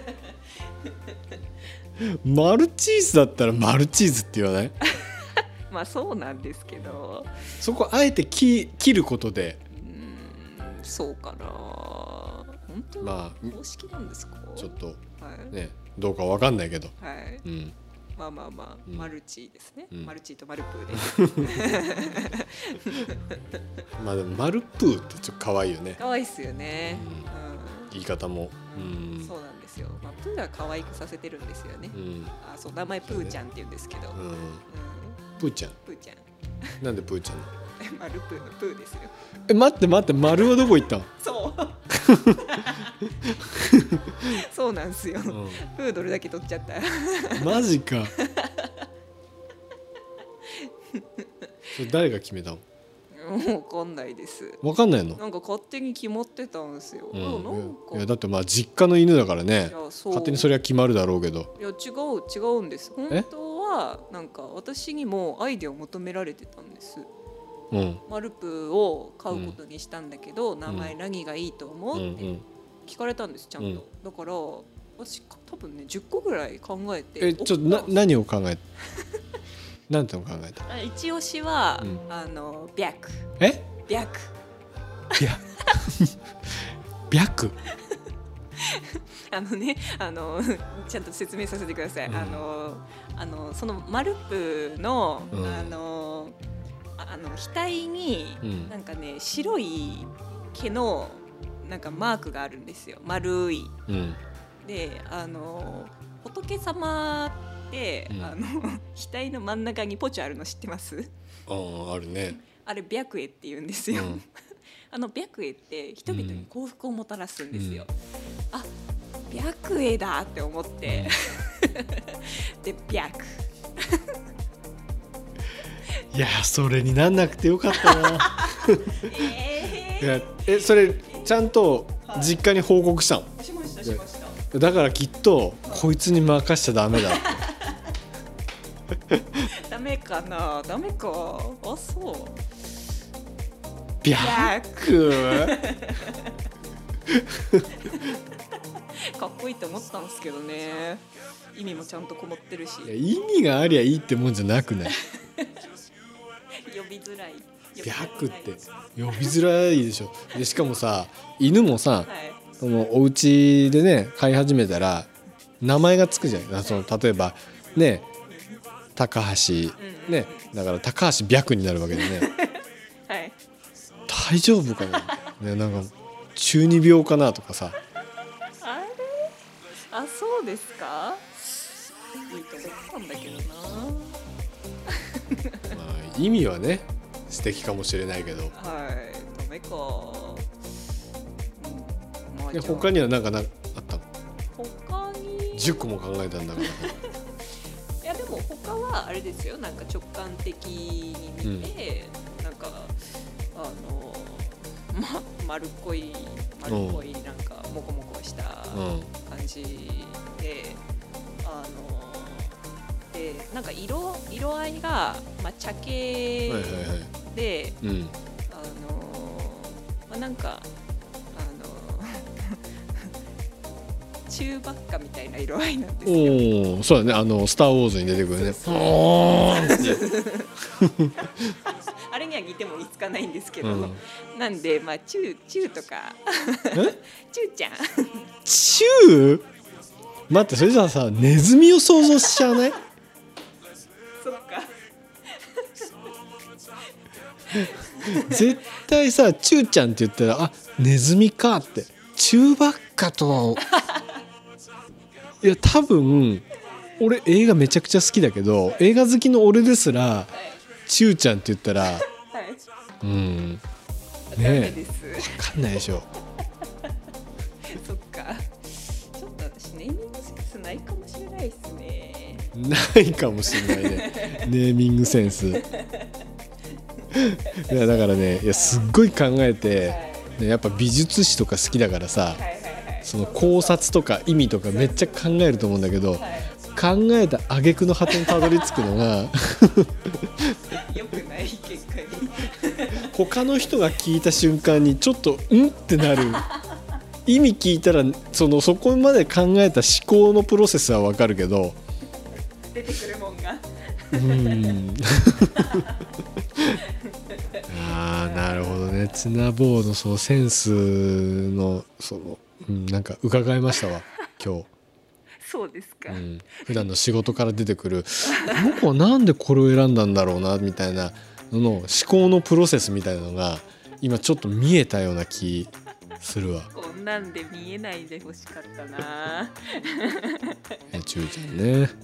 マルチーズだったらマルチーズって言わないまあそうなんですけど、 そこあえて切ることで、 うーん、そうかな、本当に公式なんですか、 ちょっと、はい、ね、どうかわかんないけど、 はい、うん、 まあまあまあ、 うん、 マルチですね、 うん、 マルチとマルプーですまあでもマルプーってちょっと可愛いよね。 可愛いっすよね、 うんうん、言い方も、 うん、そうなんですよ、まあ、プーは可愛くさせてるんですよね、うん、あ、そう、名前プーちゃんって言うんですけど、うんうん、 プーちゃん、 プーちゃんなんでプーちゃんのマルプーのプーですよ。 え、待って待って、丸はどこ行ったんそうそうなんですよ、うん、プードルだけ取っちゃったマジかそれ誰が決めたの？ もう分かんないです。 分かんないの？ なんか勝手に決まってたんですよ、うん、なんかいやだってまあ実家の犬だからね、勝手にそれは決まるだろうけど。 いや違う違うんです。本当はなんか私にもアイデアを求められてたんです、うん、マルプーを飼うことにしたんだけど、うん、名前何がいいと思う、うん、って聞かれたんですちゃんと、うん、だから私多分ねじゅっこぐらい考えて。 え、ちょっとな何を考えたなんての考えた？ 一押しは、うん、あの白。 え？ 白。 いや白あのね、あのちゃんと説明させてください、うん、あのあのそのマルプの、うん、あのあの額に、うん、なんかね白い毛のなんかマークがあるんですよ、丸い、うん、であの仏様で、うん、あの額の真ん中にポチョあるの知ってます？ ああ、あるね。 あれ白衣って言うんですよ、うん、あの白衣って人々に幸福をもたらすんですよ、うん、あ、白衣だって思って、うん、で白いやそれになんなくてよかったなえー、いやえそれちゃんと実家に報告したの？ しましたしました。 だからきっとこいつに任しちゃダメだダメかな、ダメか、あ、そう白かっこいいと思ったんですけどね、意味もちゃんとこもってるし。 いや意味がありゃいいってもんじゃなくない呼びづらい、 白って呼びづらいでしょ。でしかもさ、犬もさ、はい、そのお家でね飼い始めたら名前がつくじゃない。その例えばね高橋、うん、ね、だから高橋白になるわけでね、はい、大丈夫かな、ね、なんか中二病かなとかさ。 あれ、あ、そうですか、いいと思ったんだけどなまあ意味はね素敵かもしれないけど、はい、 ダメか、 うん、まあ、で他には何かなあったの？ 他にじゅっこも考えたんだからいやでも他はあれですよ、なんか直感的に見て、うん、なんかあの、ま、丸っこい丸っこいなんかモコモコした感じで、うん、あのでなんか色色合いが、まあ、茶系で、はいはいはい、うん、あの、まあ、なんか中ばっかみたいな色合いなんですよ。 お、そうだね、あのスター・ウォーズに出てくるね。そうそうあれには似ても似つかないんですけど、うん、なんでまあチューチューとかチューちゃんチュー待って、それじゃあさネズミを想像しちゃわない？ そっか絶対さチューちゃんって言ったらあネズミかって、チューバッカといや多分俺映画めちゃくちゃ好きだけど、映画好きの俺ですら、はい、チューちゃんって言ったら、はい、うんねえ分かんないでしょそっか、ちょっと私ネーミングセンスないかもしれないですね。 ないかもしれないねネーミングセンスいやだからね、いやすっごい考えて、はい、やっぱ美術史とか好きだからさ、はいはいはい、その考察とか意味とかめっちゃ考えると思うんだけど、はい、考えた挙句の果てにたどり着くのが良くない結果に他の人が聞いた瞬間にちょっとんってなる意味聞いたら そのそこまで考えた思考のプロセスは分かるけど出てくるもんがうんあーなるほどね、ツナボーのそのセンスのその、うん、なんか伺いましたわ今日。 そうですか、 うん、普段の仕事から出てくる僕はなんでこれを選んだんだろうなみたいなのの思考のプロセスみたいなのが今ちょっと見えたような気するわ。 こんなんで見えないでほしかったなえちゅうちゃんね、うん、 ちょっと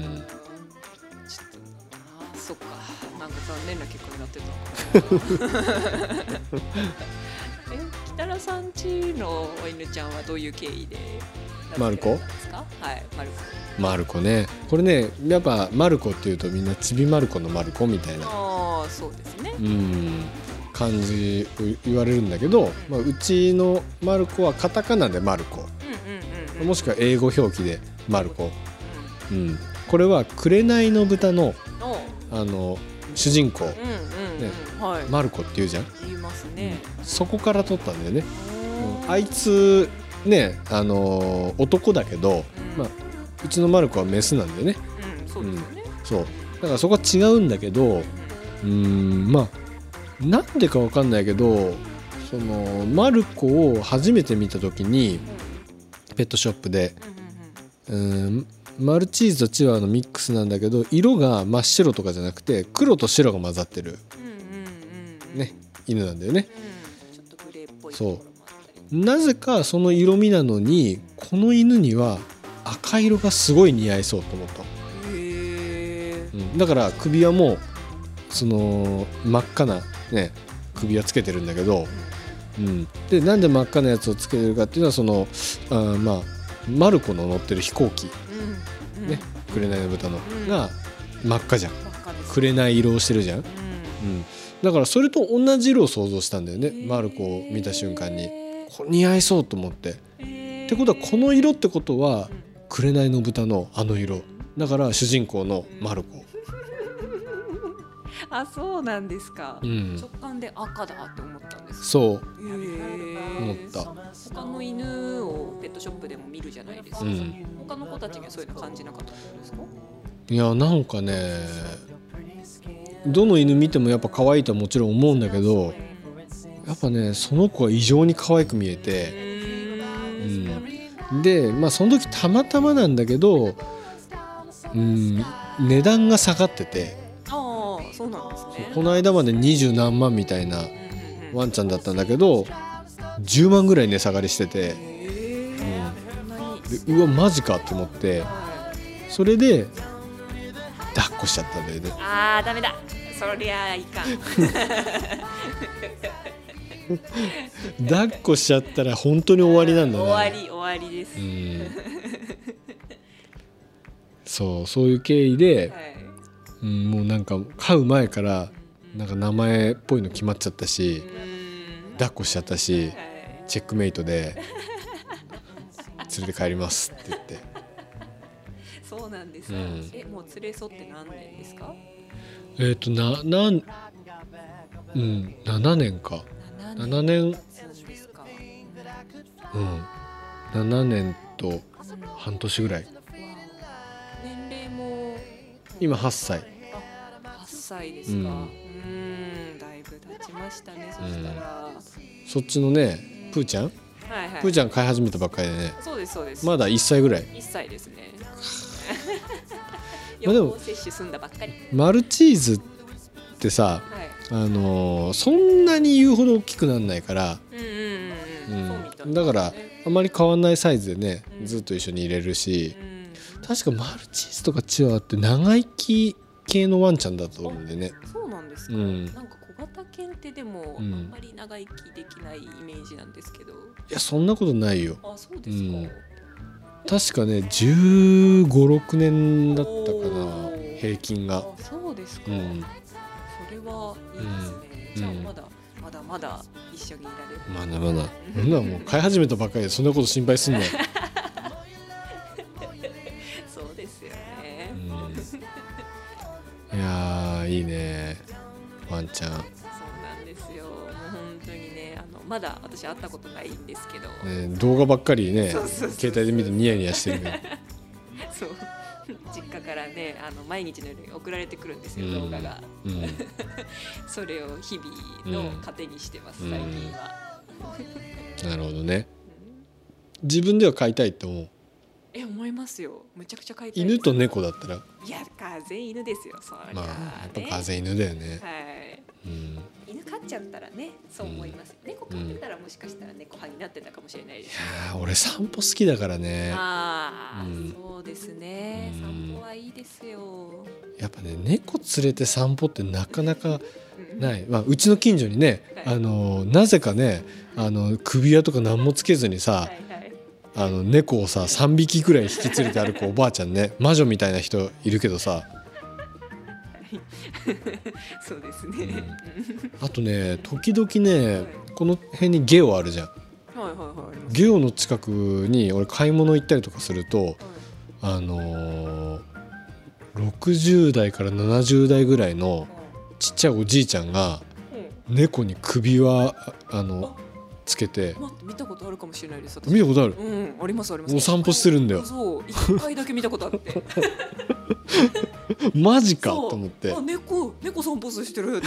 あそっか、なんか残念な結果になってたのかなえ、北原さんちのお犬ちゃんはどういう経緯でマルコですか？はい、マルコ。 マルコね、これねやっぱマルコっていうとみんなちびまる子のマルコみたいな、 ああそうですね、 うん感じ言われるんだけど、まあ、うちのマルコはカタカナでマルコ、 うんうんうん、 もしくは英語表記でマルコ、うん、これは紅の豚のあの主人公、うんうんうんねはい、マルコっていうじゃん、 言いますね、 うん、そこから取ったんだよね、うん、あいつねあのー、男だけど、うんまあ、うちのマルコはメスなんだよね、 うん、そうですよね、 うん、そうだからそこは違うんだけど、うーんまあなんでかわかんないけどそのマルコを初めて見た時にペットショップで、うんマルチーズとチワワのミックスなんだけど色が真っ白とかじゃなくて黒と白が混ざってる、ね、犬なんだよね、 うん、ちょっとグレーっぽいそうなぜかその色味なのにこの犬には赤色がすごい似合いそうと思った。へー、うん、だから首輪もその真っ赤な、ね、首輪つけてるんだけど、うん、でなんで真っ赤なやつをつけてるかっていうのはそのあ、まあ、マルコの乗ってる飛行機、うんうんね、紅の豚の、うん、が真っ赤じゃん、紅色をしてるじゃん、うんうん、だからそれと同じ色を想像したんだよね、マルコを見た瞬間にこれ似合いそうと思って。ってことはこの色ってことは紅の豚のあの色だから主人公のマルコ、 あ、そうなんですか、うん、直感で赤だって思ったんですか？ そう、 へー、 思った。 他の犬をペットショップでも見るじゃないですか、うん、他の子たちにはそういうの感じなかったんですか？ いやなんかねどの犬見てもやっぱ可愛いとはもちろん思うんだけどやっぱねその子は異常に可愛く見えて、うん、でまあその時たまたまなんだけど、うん、値段が下がってて、 ああそうなんですね。 この間まで二十何万みたいなワンちゃんだったんだけどじゅうまんぐらい値下がりしてて、うん、でうわマジかと思ってそれで抱っこしちゃったんだよね。 あーダメだそりゃいかん抱っこしちゃったら本当に終わりなんだね。 終わり終わりです、うん、 そうそういう経緯で、 はいうん、もうなんか飼う前からなんか名前っぽいの決まっちゃったし抱っこしちゃったし、はい、チェックメイトで連れて帰りますって言ってそうなんですか、うん、えもう連れ添って何年ですか？ えっ、ー、とななんうんななねんかななねんですか、 うん、ななねんと半年ぐらい。 年齢も今はっさい。 あはっさいですか、うん、うーんだいぶ経ちましたね。そしたら、うん、 そっちのねプーちゃん、はいはい、プーちゃん飼い始めたばっかりでね。 そうですそうです。まだいっさいぐらい。 いっさいですね予防接種済んだばっかり。 マルチーズってさ、はい、あのー、そんなに言うほど大きくならないから、うんうんうんうん、だからあまり変わんないサイズでね、うん、ずっと一緒に入れるし、うん、確かマルチーズとかチワワって長生き系のワンちゃんだと思うんでね。 そうなんですか、うん、なんか小型犬ってでも、うん、あんまり長生きできないイメージなんですけど。 いやそんなことないよ。 あ、そうですか、うん、 確かねじゅうご、ろくねんだったかな平均が。 そうですか、うん、それはいいですね、うん、じゃあまだまだまだ一緒にいられる。 まだまだそんなもう飼い始めたばっかりでそんなこと心配すんのそうですよね、 うん、いやいいねワンちゃん。 そうなんですよ。もう本当にね、あのまだ私会ったことないんですけど、 ね、動画ばっかりね携帯で見てニヤニヤしてるねそう実家からねあの毎日のように送られてくるんですよ、うん、動画が、うん、それを日々の糧にしてます、うん、最近はなるほどね、うん、自分では飼いたいって思う？ え思いますよ。むちゃくちゃ飼いたいです。 犬と猫だったら、 いやがぜ犬ですよ。そりゃ、ね、 まあやっぱがぜ犬だよね。 はい、うん、犬飼っちゃったらねそう思います、うん、猫飼ってたらもしかしたら猫派になってたかもしれないです、ね、 いや俺散歩好きだからね。 ああ、うん、そうですね、うん、散歩はいいですよ。 やっぱね猫連れて散歩ってなかなかない、まあ、うちの近所にね、はい、あのなぜかねあの首輪とか何もつけずにさ、はいはい、あの猫をささんびきくらい引き連れて歩くおばあちゃんね魔女みたいな人いるけどさそうですね、 うん、あとね時々ね、はい、この辺にゲオあるじゃん、はいはいはい、ゲオの近くに俺買い物行ったりとかすると、はい、あのー、ろくじゅうだいからななじゅうだいぐらいのちっちゃいおじいちゃんが猫に首輪あのつけて、 待って見たことあるかもしれないです。 見たことある？ うん、ありますあります。 お散歩してるんだよ。 そう、一回だけ見たことあってマジかと思って、 あ、猫猫散歩してる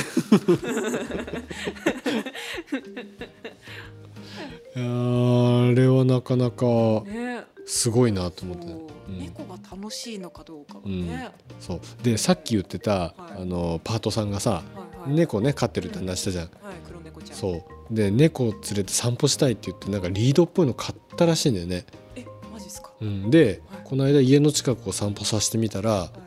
いやあれはなかなかすごいなと思って、ね、 うん、猫が楽しいのかどうかはね、 うん、そうでさっき言ってた、はい、あのパートさんがさ、はいはい、猫ね飼ってるって話したじゃん、うん、はい、黒猫ちゃん。そうで猫を連れて散歩したいって言ってなんかリードっぽいの買ったらしいんだよね。 え、マジですか？ うん、で、はい、この間家の近くを散歩させてみたら、はい、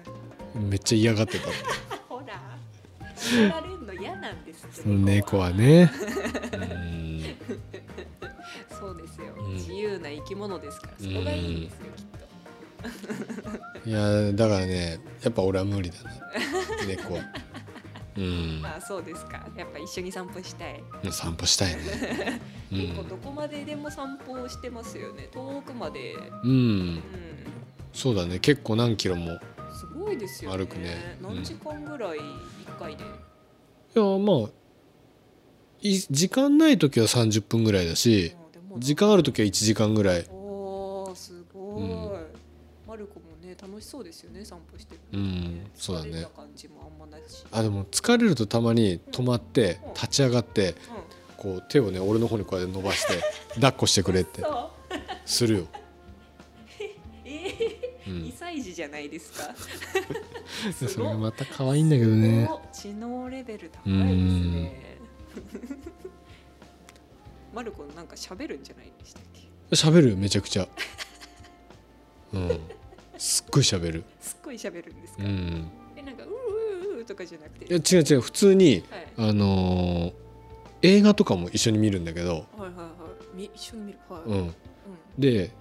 めっちゃ嫌がってたってほら縛られるの嫌なんですって。 その猫はねうんそうですよ、うん、自由な生き物ですからそこがいいんですよ、きっと。いやだからねやっぱ俺は無理だな猫は。うん、 あ、そうですか。やっぱ一緒に散歩したい。 散歩したいね。 結構どこまででも散歩してますよね。遠くまで。 うん。うん、そうだね。結構何キロも。 すごいですよね。 歩くね。 何時間ぐらいいっかいで。 いやまあい時間ない時はさんじゅっぷんぐらいだし、時間ある時はいちじかんぐらい。 おー、すごい。うん、マルコもね楽しそうですよね散歩してる、ね。 うん、そうだね。 疲れた感じもあんまないし。 あでも疲れるとたまに止まって立ち上がって、うん、こう手をね俺の方にこうやって伸ばして抱っこしてくれってするよ。 えーうん、にさい児じゃないですか。 それがまた可愛いんだけどね。 知能レベル高いですね。マルコなんか喋るんじゃないでしたっけ？ 喋るよめちゃくちゃ。うん。すっごい喋る。 すっごい喋るんですか？ うん。 えなんかうーうーとかじゃなくて。 いや違う違う普通に、はい、あのー、映画とかも一緒に見るんだけど。はいはいはい。一緒に見る。はい。 うん。で、はい、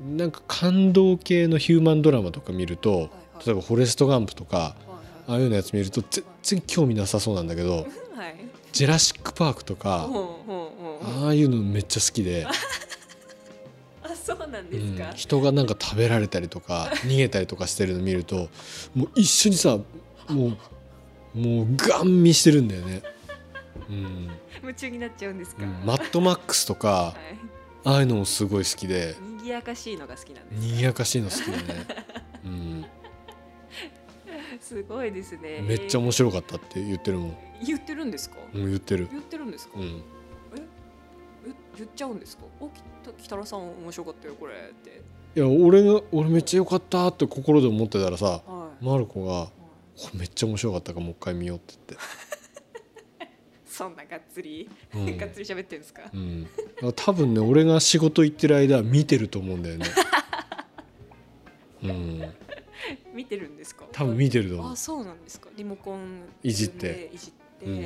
なんか感動系のヒューマンドラマとか見ると、はいはい、例えばフォレストガンプとか、はいはい、ああいうのやつ見ると全然興味なさそうなんだけど、はい、ジェラシックパークとか、ああいうのめっちゃ好きで。 あ、そうなんですか、 うん、人がなんか食べられたりとか逃げたりとかしてるの見るともう一緒にさもうもうガン見してるんだよね、うん、 夢中になっちゃうんですか、うん、 マッドマックスとか、はい、ああいうのもすごい好きで賑やかしいのが好きなんですか。 賑やかしいの好きだね、うん、 すごいですね。 めっちゃ面白かったって言ってるもん。 言ってるんですか？ うん、言ってる言ってるんですか、うん、え言っちゃうんですか？お北原さん面白かったよこれって。 いや俺が俺めっちゃ良かったって心で思ってたらさ、はい、マルコが、はい、これめっちゃ面白かったからもう一回見ようって言ってそんながっつり、うん、がっつり喋ってるんですか、 うん、多分ね俺が仕事行ってる間見てると思うんだよね、うん、見てるんですか？ 多分見てると思う。 あ、そうなんですか。リモコンいじっていじって、うん、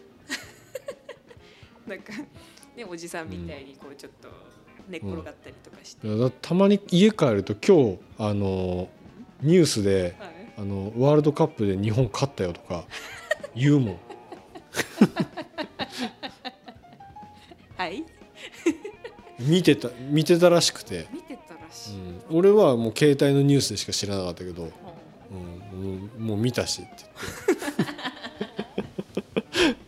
なんかね、おじさんみたいにこうちょっと寝っ転がったりとかして、うん、だたまに家帰ると今日あのニュースで、はい、あのワールドカップで日本勝ったよとか言うもんはい見てた見てたらしくて見てたらしい、 うん、俺はもう携帯のニュースでしか知らなかったけど、うん、もう、もう見たしって言って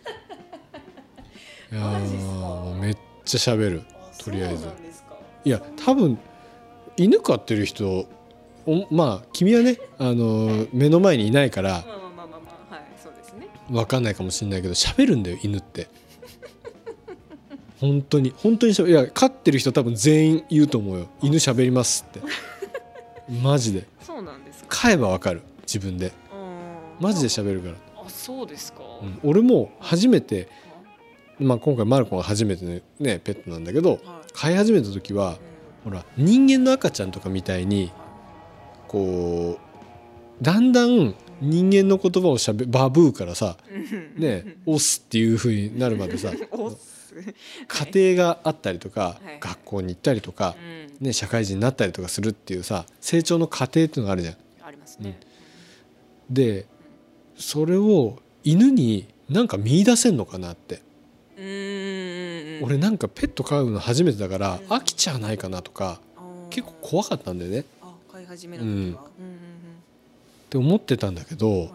いやーめっちゃ喋る。とりあえずいや多分犬飼ってる人まあ君はねあの、はい、目の前にいないから分かんないかもしれないけど喋るんだよ犬って本当に本当にしゃべいや飼ってる人多分全員言うと思うよ。犬喋りますってマジで。 そうなんですか。 飼えばわかる自分で。マジで喋るから。 あ、そうですか、 うん、俺も初めて、まあ、今回マルコが初めての、ね、ペットなんだけど、はい、飼い始めた時は、うん、ほら人間の赤ちゃんとかみたいにこうだんだん人間の言葉をしゃべバブーからさねオスっていう風になるまでさ家庭があったりとか、はい、学校に行ったりとか、うんね、社会人になったりとかするっていうさ成長の過程っていうのがあるじゃん。 ありますね、 うん、でそれを犬になんか見出せんのかなって。うーん、俺なんかペット飼うの初めてだから飽きちゃわないかなとか結構怖かったんだよね。 あ、飼い始めの時は、うんうんうん、 って思ってたんだけど、はい、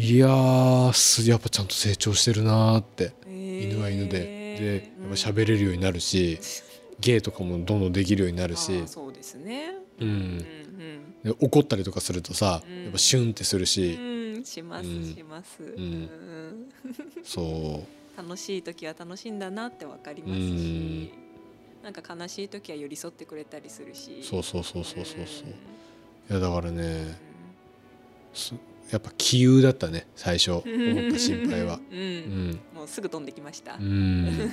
いやーやっぱちゃんと成長してるなーって、えー、犬は犬ででやっぱ喋れるようになるし、うん、芸とかもどんどんできるようになるし。 あ、そうですね、 うんうん、で怒ったりとかするとさ、うん、やっぱシュンってするし、 うんします、うん、します、うん、そう楽しい時は楽しいんだなって分かりますし、うん、なんか悲しい時は寄り添ってくれたりするし。 そうそうそうそうそうそう、いやだからね、うん、やっぱ気憂だったね最初思った心配は、 うんうん、もうすぐ飛んできました、 うん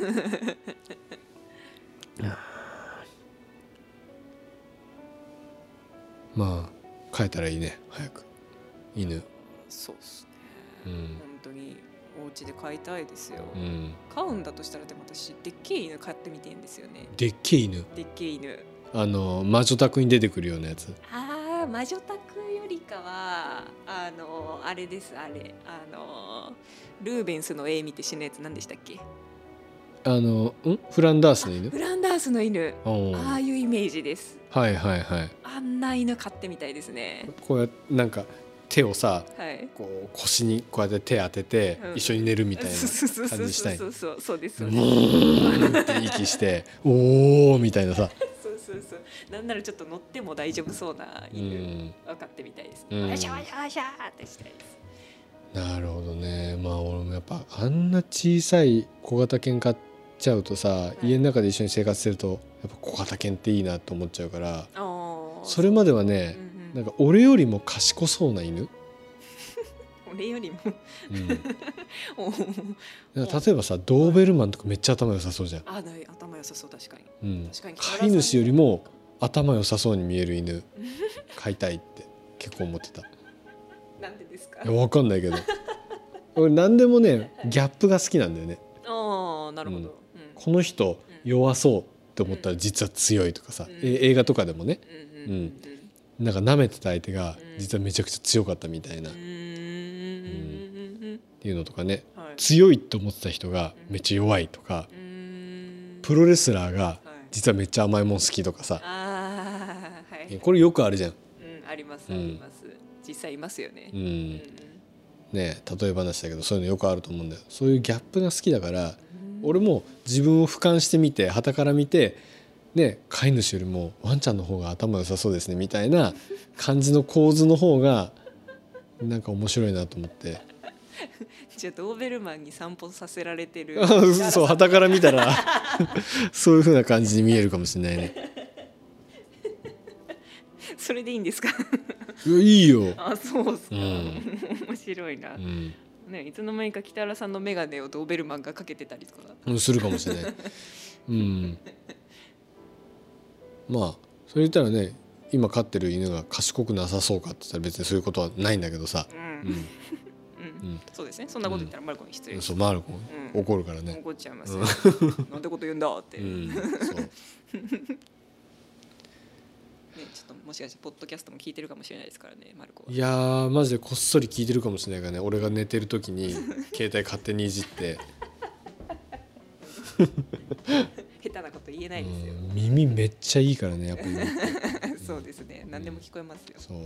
まあ飼えたらいいね早く犬。 そうですね、うん、本当にお家で飼いたいですよ、うん、飼うんだとしたらでも私でっけえ犬飼ってみてんですよね。 でっけえ犬でっけえ犬あの魔女宅に出てくるようなやつ。 ああ、魔女宅よりかはあのあれですあれあのルーベンスの絵見て死ぬやつ何でしたっけ。 あのんフランダースの犬。 フランダースの犬、ああいうイメージです。 はいはいはい。 あんな犬飼ってみたいですね。 こうやなんか手をさ、 はい、こう腰にこうやって手当てて、うん、一緒に寝るみたいな感じしたい。 そうそうそうです。 うーんって息しておーみたいなさ。 そうそうそう。なんならちょっと乗っても大丈夫そうな犬分かってみたいですね。わしゃわしゃわしゃってしたいです。 なるほどね。まあ俺もやっぱあんな小さい小型犬飼っちゃうとさ、はい、家の中で一緒に生活するとやっぱ小型犬っていいなと思っちゃうから、それまではね、うんうん、なんか俺よりも賢そうな犬俺よりも、 うん、例えばさドーベルマンとかめっちゃ頭良さそうじゃん。 あ、頭良さそう確かに、 うん、確かに飼い主よりも頭良さそうに見える犬飼いたいって結構思ってた。 なんでですか。 いや分かんないけど俺何でもねギャップが好きなんだよね。 ああ、なるほど、うん、 この人弱そうって思ったら実は強いとかさ、うん、映画とかでもね、うんうんうん、なんか舐めてた相手が実はめちゃくちゃ強かったみたいな、うんうん、っていうのとかね、はい、強いって思ってた人がめっちゃ弱いとか、うん、プロレスラーが実はめっちゃ甘いもん好きとかさ、はい、これよくあるじゃん、うん、 ありますあります、うん、実際いますよね、 うんうん、ね、例え話だけどそういうのよくあると思うんだよ。そういうギャップが好きだから俺も自分を俯瞰してみて傍から見て、ね、飼い主よりもワンちゃんの方が頭良さそうですねみたいな感じの構図の方がなんか面白いなと思ってじゃあドーベルマンに散歩させられてるそう傍から見たらそういう風な感じに見えるかもしれないねそれでいいんですかいいよ。 あ、そうですか、うん、面白いな、うんね、いつの間にか北原さんのメガネをドーベルマンがかけてたりとか、 うん、するかもしれない、うん、まあそれ言ったらね今飼ってる犬が賢くなさそうかって言ったら別にそういうことはないんだけどさ、うんうんうん、 そうですね。そんなこと言ったらマルコに失礼、 うん、そうマルコ、うん、怒るからね。 怒っちゃいますよ、うん、なんてこと言うんだって、うん、そうね、ちょっともしかしてポッドキャストも聞いてるかもしれないですからねマルコは。 いやーマジでこっそり聞いてるかもしれないからね。俺が寝てる時に携帯勝手にいじって下手なこと言えないですよ、 うん、耳めっちゃいいからねやっぱりそうですね、うん、何でも聞こえますよ。そう、うん、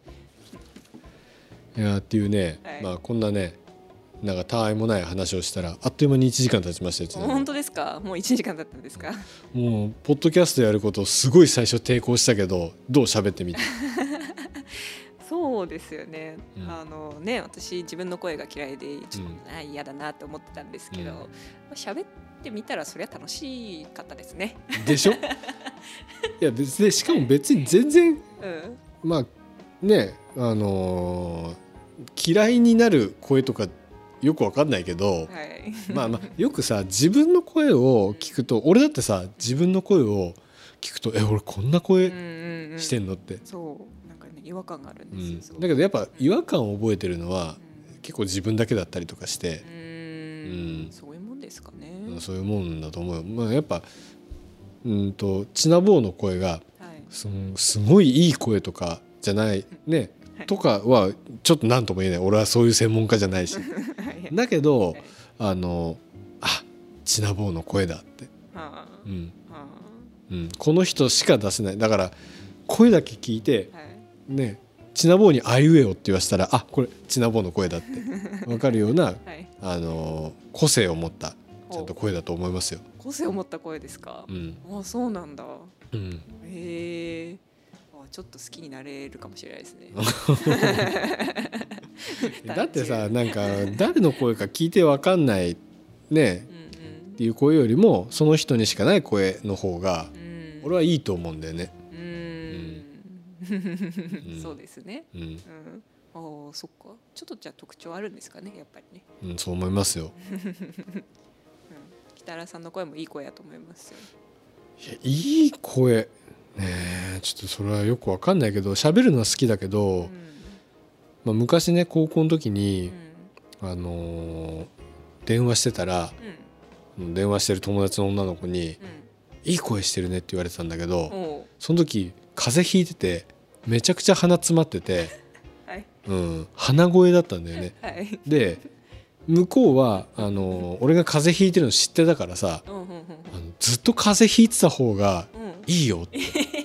いやっていうね、はい、まあこんなねなんかたわいもない話をしたらあっという間にいちじかん経ちましたよ。 本当ですか。もういちじかん経ったんですか。 もうポッドキャストやることすごい最初抵抗したけどどう喋ってみてそうですよね、うん、あのね私自分の声が嫌いでちょっと嫌、うん、だなって思ってたんですけど、うん、まあ、喋っってみたらそりゃ楽しかったですね。 でしょいや別でしかも別に全然、うん、まあねあのー、嫌いになる声とかよくわかんないけど、はい、まあまあよくさ自分の声を聞くと俺だってさ自分の声を聞くとえ俺こんな声してんのって、うんうんうん、 そうなんかね違和感があるんですよ、 うん、だけどやっぱ違和感を覚えてるのは、うん、結構自分だけだったりとかして、うんうん、そういうもんですかね、 うん、そういうもんだと思うよ、まあ、やっぱうんとチナボーの声が、はい、す, すごいいい声とかじゃないね、はい、とかはちょっと何とも言えない俺はそういう専門家じゃないしだけど、はい、あのあチナボーの声だって、はあうんはあうん、この人しか出せないだから声だけ聞いて、はい、ねチナボーにあいうえおって言わせたらあこれチナボーの声だって分かるような、はい、あの個性を持ったちゃんと声だと思いますよ。 個性を持った声ですか、うん、あそうなんだ、うん、へえちょっと好きになれるかもしれないですねだってさなんか誰の声か聞いて分かんないねうん、うん、っていう声よりもその人にしかない声の方が俺はいいと思うんだよね。うんうん、そうですね、うんうん、あそっかちょっとじゃあ特徴あるんですかねやっぱりね、 うん、そう思いますよ、うん、 北原さんの声もいい声だと思いますよ。 いやいい声ねちょっとそれはよく分かんないけど喋るのは好きだけど、うんまあ、昔ね高校の時に、うん、あのー、電話してたら、うん、電話してる友達の女の子に、うん、いい声してるねって言われてたんだけどその時風邪ひいててめちゃくちゃ鼻詰まってて、はいうん、鼻声だったんだよね、はい、で向こうはあの俺が風邪ひいてるの知ってたからさ、うんうんうん、あのずっと風邪ひいてた方がいいよって、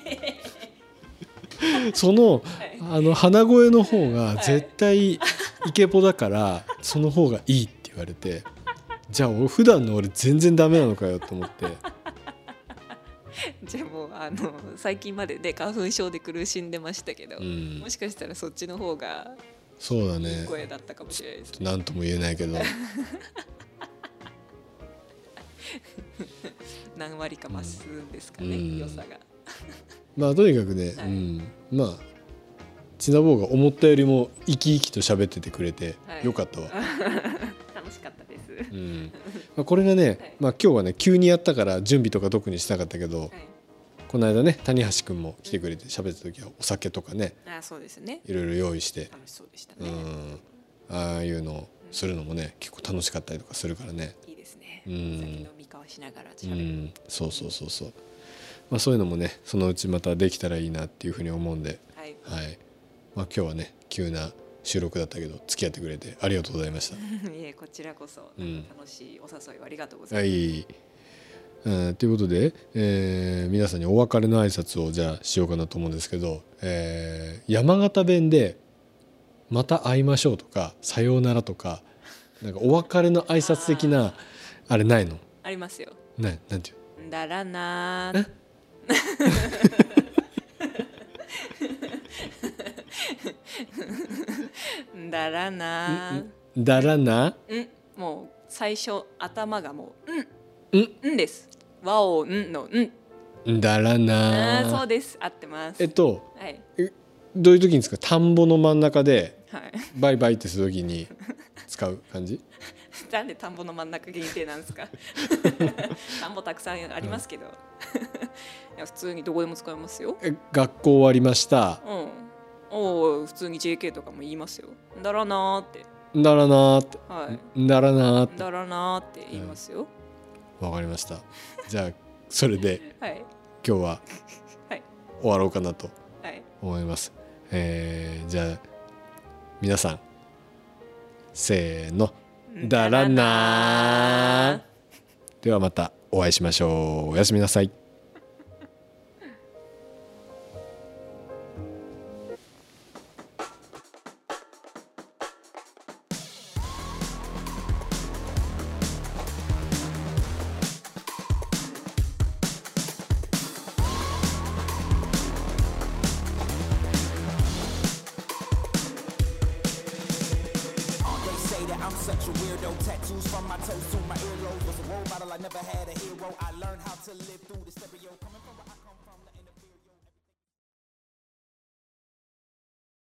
うん、その、はい、あの鼻声の方が絶対イケボだから、はい、その方がいいって言われてじゃあ普段の俺全然ダメなのかよと思ってじゃあもうあの最近までね花粉症で苦しんでましたけど、うん、もしかしたらそっちの方がそうだねいい声だったかもしれないですね。 なんとも言えないけど何割か増すんですかね、うん、良さがまあとにかくね、はいうん、まあチナボーが思ったよりも生き生きと喋っててくれてよかったわ、はい、 楽しかったです、 うんまあ、これがね、はいまあ、今日はね急にやったから準備とか特にしなかったけど、はい、この間ね谷橋くんも来てくれて喋った時はお酒とかねあそうですねいろいろ用意して楽しそうでしたね、 うん、ああいうのをするのもね、うん、結構楽しかったりとかするからねいいですね、うん、酒飲み交わしながら喋る、うん、 そうそうそうそう、まあ、そういうのもねそのうちまたできたらいいなっていうふうに思うんで、はいはいまあ、今日はね急な収録だったけど付き合ってくれてありがとうございましたいえこちらこそ楽しいお誘いをありがとうございます、 うんはい、ということで、えー、皆さんにお別れの挨拶をじゃあしようかなと思うんですけど、えー、山形弁でまた会いましょうとかさようならとかなんかお別れの挨拶的なあれないの？ ありますよ。 ね、なんていう？ だらなーだらなだらなうんもう最初頭がもううんうんです和をんのうんだらなあそうです合ってますえっと、はい、えどういう時にですか田んぼの真ん中で、はい、バイバイってする時に使う感じなんで田んぼの真ん中限定なんですか田んぼたくさんありますけど、うん、いや普通にどこでも使えますよ。 え学校終わりました、 うんお普通に ジェーケー とかも言いますよ。だらなーってだらなーって、 はい、 だらなーってだらなーって言いますよ。 わ、うん、かりました。じゃあそれで、はい、今日は終わろうかなと思います、はいえー、じゃあ皆さんせーのだらなーではまたお会いしましょう。おやすみなさい。 I'm such a weirdo. Tattoos from my toes to my earlobe. Was a role model, I never had a hero. I learned how to live through the stereo coming from